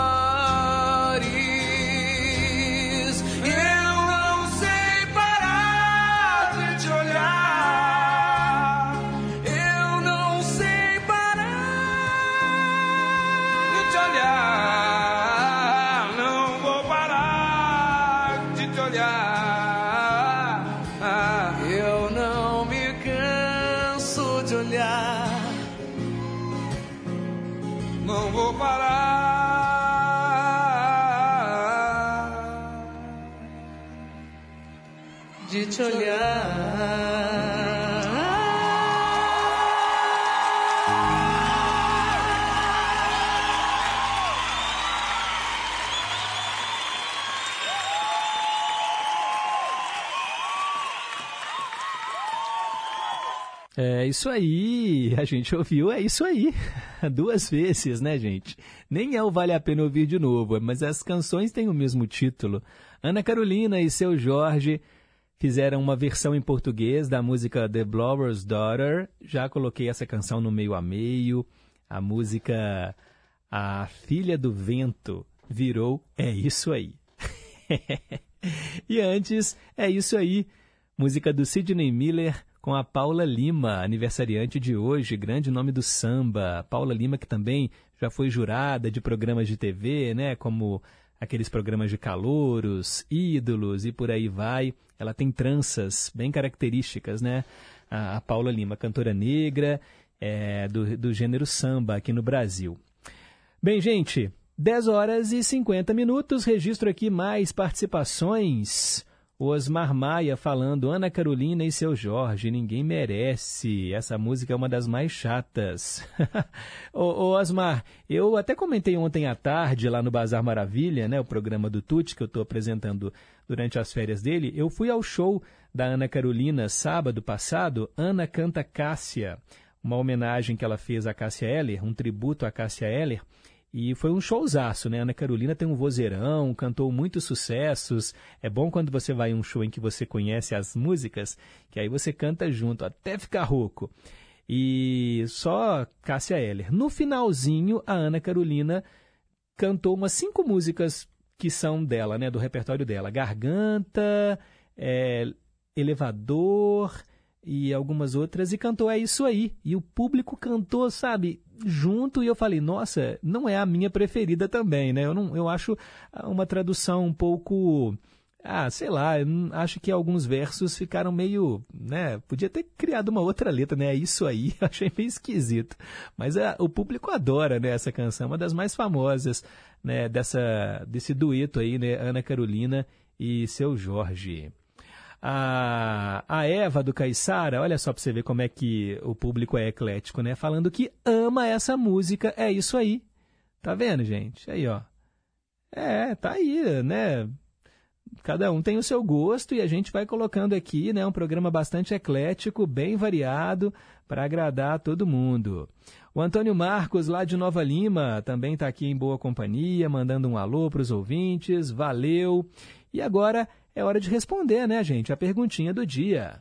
Eu não sei parar de te olhar. Eu não sei parar de te olhar. Não vou parar de te olhar. Eu não me canso de olhar. Não vou parar de te olhar. É isso aí, a gente ouviu, é isso aí, 2 vezes, né, gente? Nem é o Vale a Pena Ouvir de Novo, mas as canções têm o mesmo título. Ana Carolina e Seu Jorge fizeram uma versão em português da música The Blower's Daughter. Já coloquei essa canção no meio a meio. A música A Filha do Vento virou É Isso Aí. E antes, É Isso Aí, música do Sidney Miller com a Paula Lima, aniversariante de hoje, grande nome do samba. Paula Lima, que também já foi jurada de programas de TV, né, como aqueles programas de calouros, ídolos e por aí vai. Ela tem tranças bem características, né? A Paula Lima, cantora negra do gênero samba aqui no Brasil. Bem, gente, 10h50, registro aqui mais participações. O Osmar Maia falando, Ana Carolina e Seu Jorge, ninguém merece. Essa música é uma das mais chatas. Ô Osmar, eu até comentei ontem à tarde lá no Bazar Maravilha, né, o programa do Tuti que eu estou apresentando durante as férias dele. Eu fui ao show da Ana Carolina sábado passado, Ana Canta Cássia, uma homenagem que ela fez a Cássia Eller, um tributo a Cássia Eller. E foi um showzaço, né? A Ana Carolina tem um vozeirão, cantou muitos sucessos. É bom quando você vai em um show em que você conhece as músicas, que aí você canta junto, até ficar rouco. E só Cássia Eller. No finalzinho, a Ana Carolina cantou umas 5 músicas que são dela, né? Do repertório dela. Garganta, Elevador e algumas outras, e cantou É Isso Aí. E o público cantou, sabe, junto, e eu falei, nossa, não é a minha preferida também, né? Eu acho uma tradução um pouco, sei lá, acho que alguns versos ficaram meio, né? Podia ter criado uma outra letra, né? É Isso Aí, eu achei meio esquisito. Mas o público adora, né, essa canção, uma das mais famosas, né, desse dueto aí, né? Ana Carolina e Seu Jorge. A Eva do Caiçara, olha só para você ver como é que o público é eclético, né? Falando que ama essa música, É Isso Aí. Tá vendo, gente? Aí, ó. Tá aí, né? Cada um tem o seu gosto e a gente vai colocando aqui, né? Um programa bastante eclético, bem variado, para agradar todo mundo. O Antônio Marcos, lá de Nova Lima, também está aqui em boa companhia, mandando um alô para os ouvintes. Valeu! E agora é hora de responder, né, gente? A perguntinha do dia.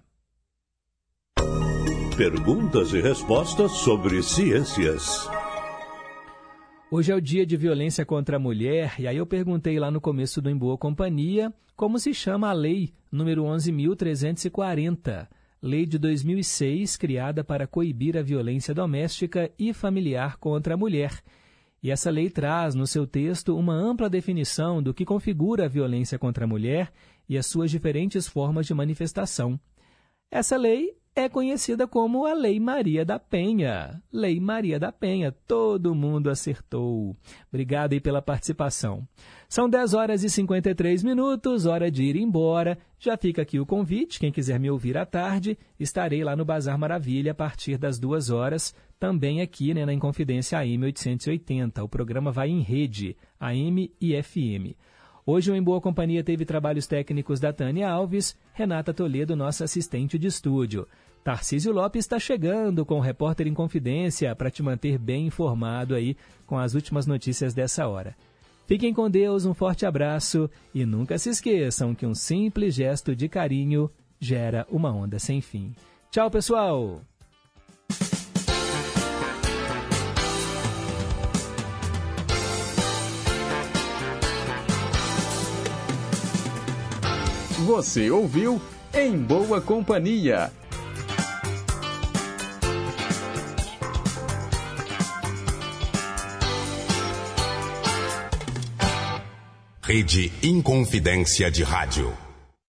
Perguntas e respostas sobre ciências. Hoje é o dia de violência contra a mulher, e aí eu perguntei lá no começo do Em Boa Companhia como se chama a lei número 11.340, lei de 2006, criada para coibir a violência doméstica e familiar contra a mulher. E essa lei traz no seu texto uma ampla definição do que configura a violência contra a mulher e as suas diferentes formas de manifestação. Essa lei é conhecida como a Lei Maria da Penha. Lei Maria da Penha, todo mundo acertou. Obrigado aí pela participação. São 10h53, hora de ir embora. Já fica aqui o convite, quem quiser me ouvir à tarde, estarei lá no Bazar Maravilha a partir das 2h, também aqui, né, na Inconfidência AM 880. O programa vai em rede, AM e FM. Hoje o Em Boa Companhia teve trabalhos técnicos da Tânia Alves, Renata Toledo, nossa assistente de estúdio. Tarcísio Lopes está chegando com o Repórter em Confidência para te manter bem informado aí com as últimas notícias dessa hora. Fiquem com Deus, um forte abraço e nunca se esqueçam que um simples gesto de carinho gera uma onda sem fim. Tchau, pessoal! Você ouviu Em Boa Companhia. Rede Inconfidência de Rádio.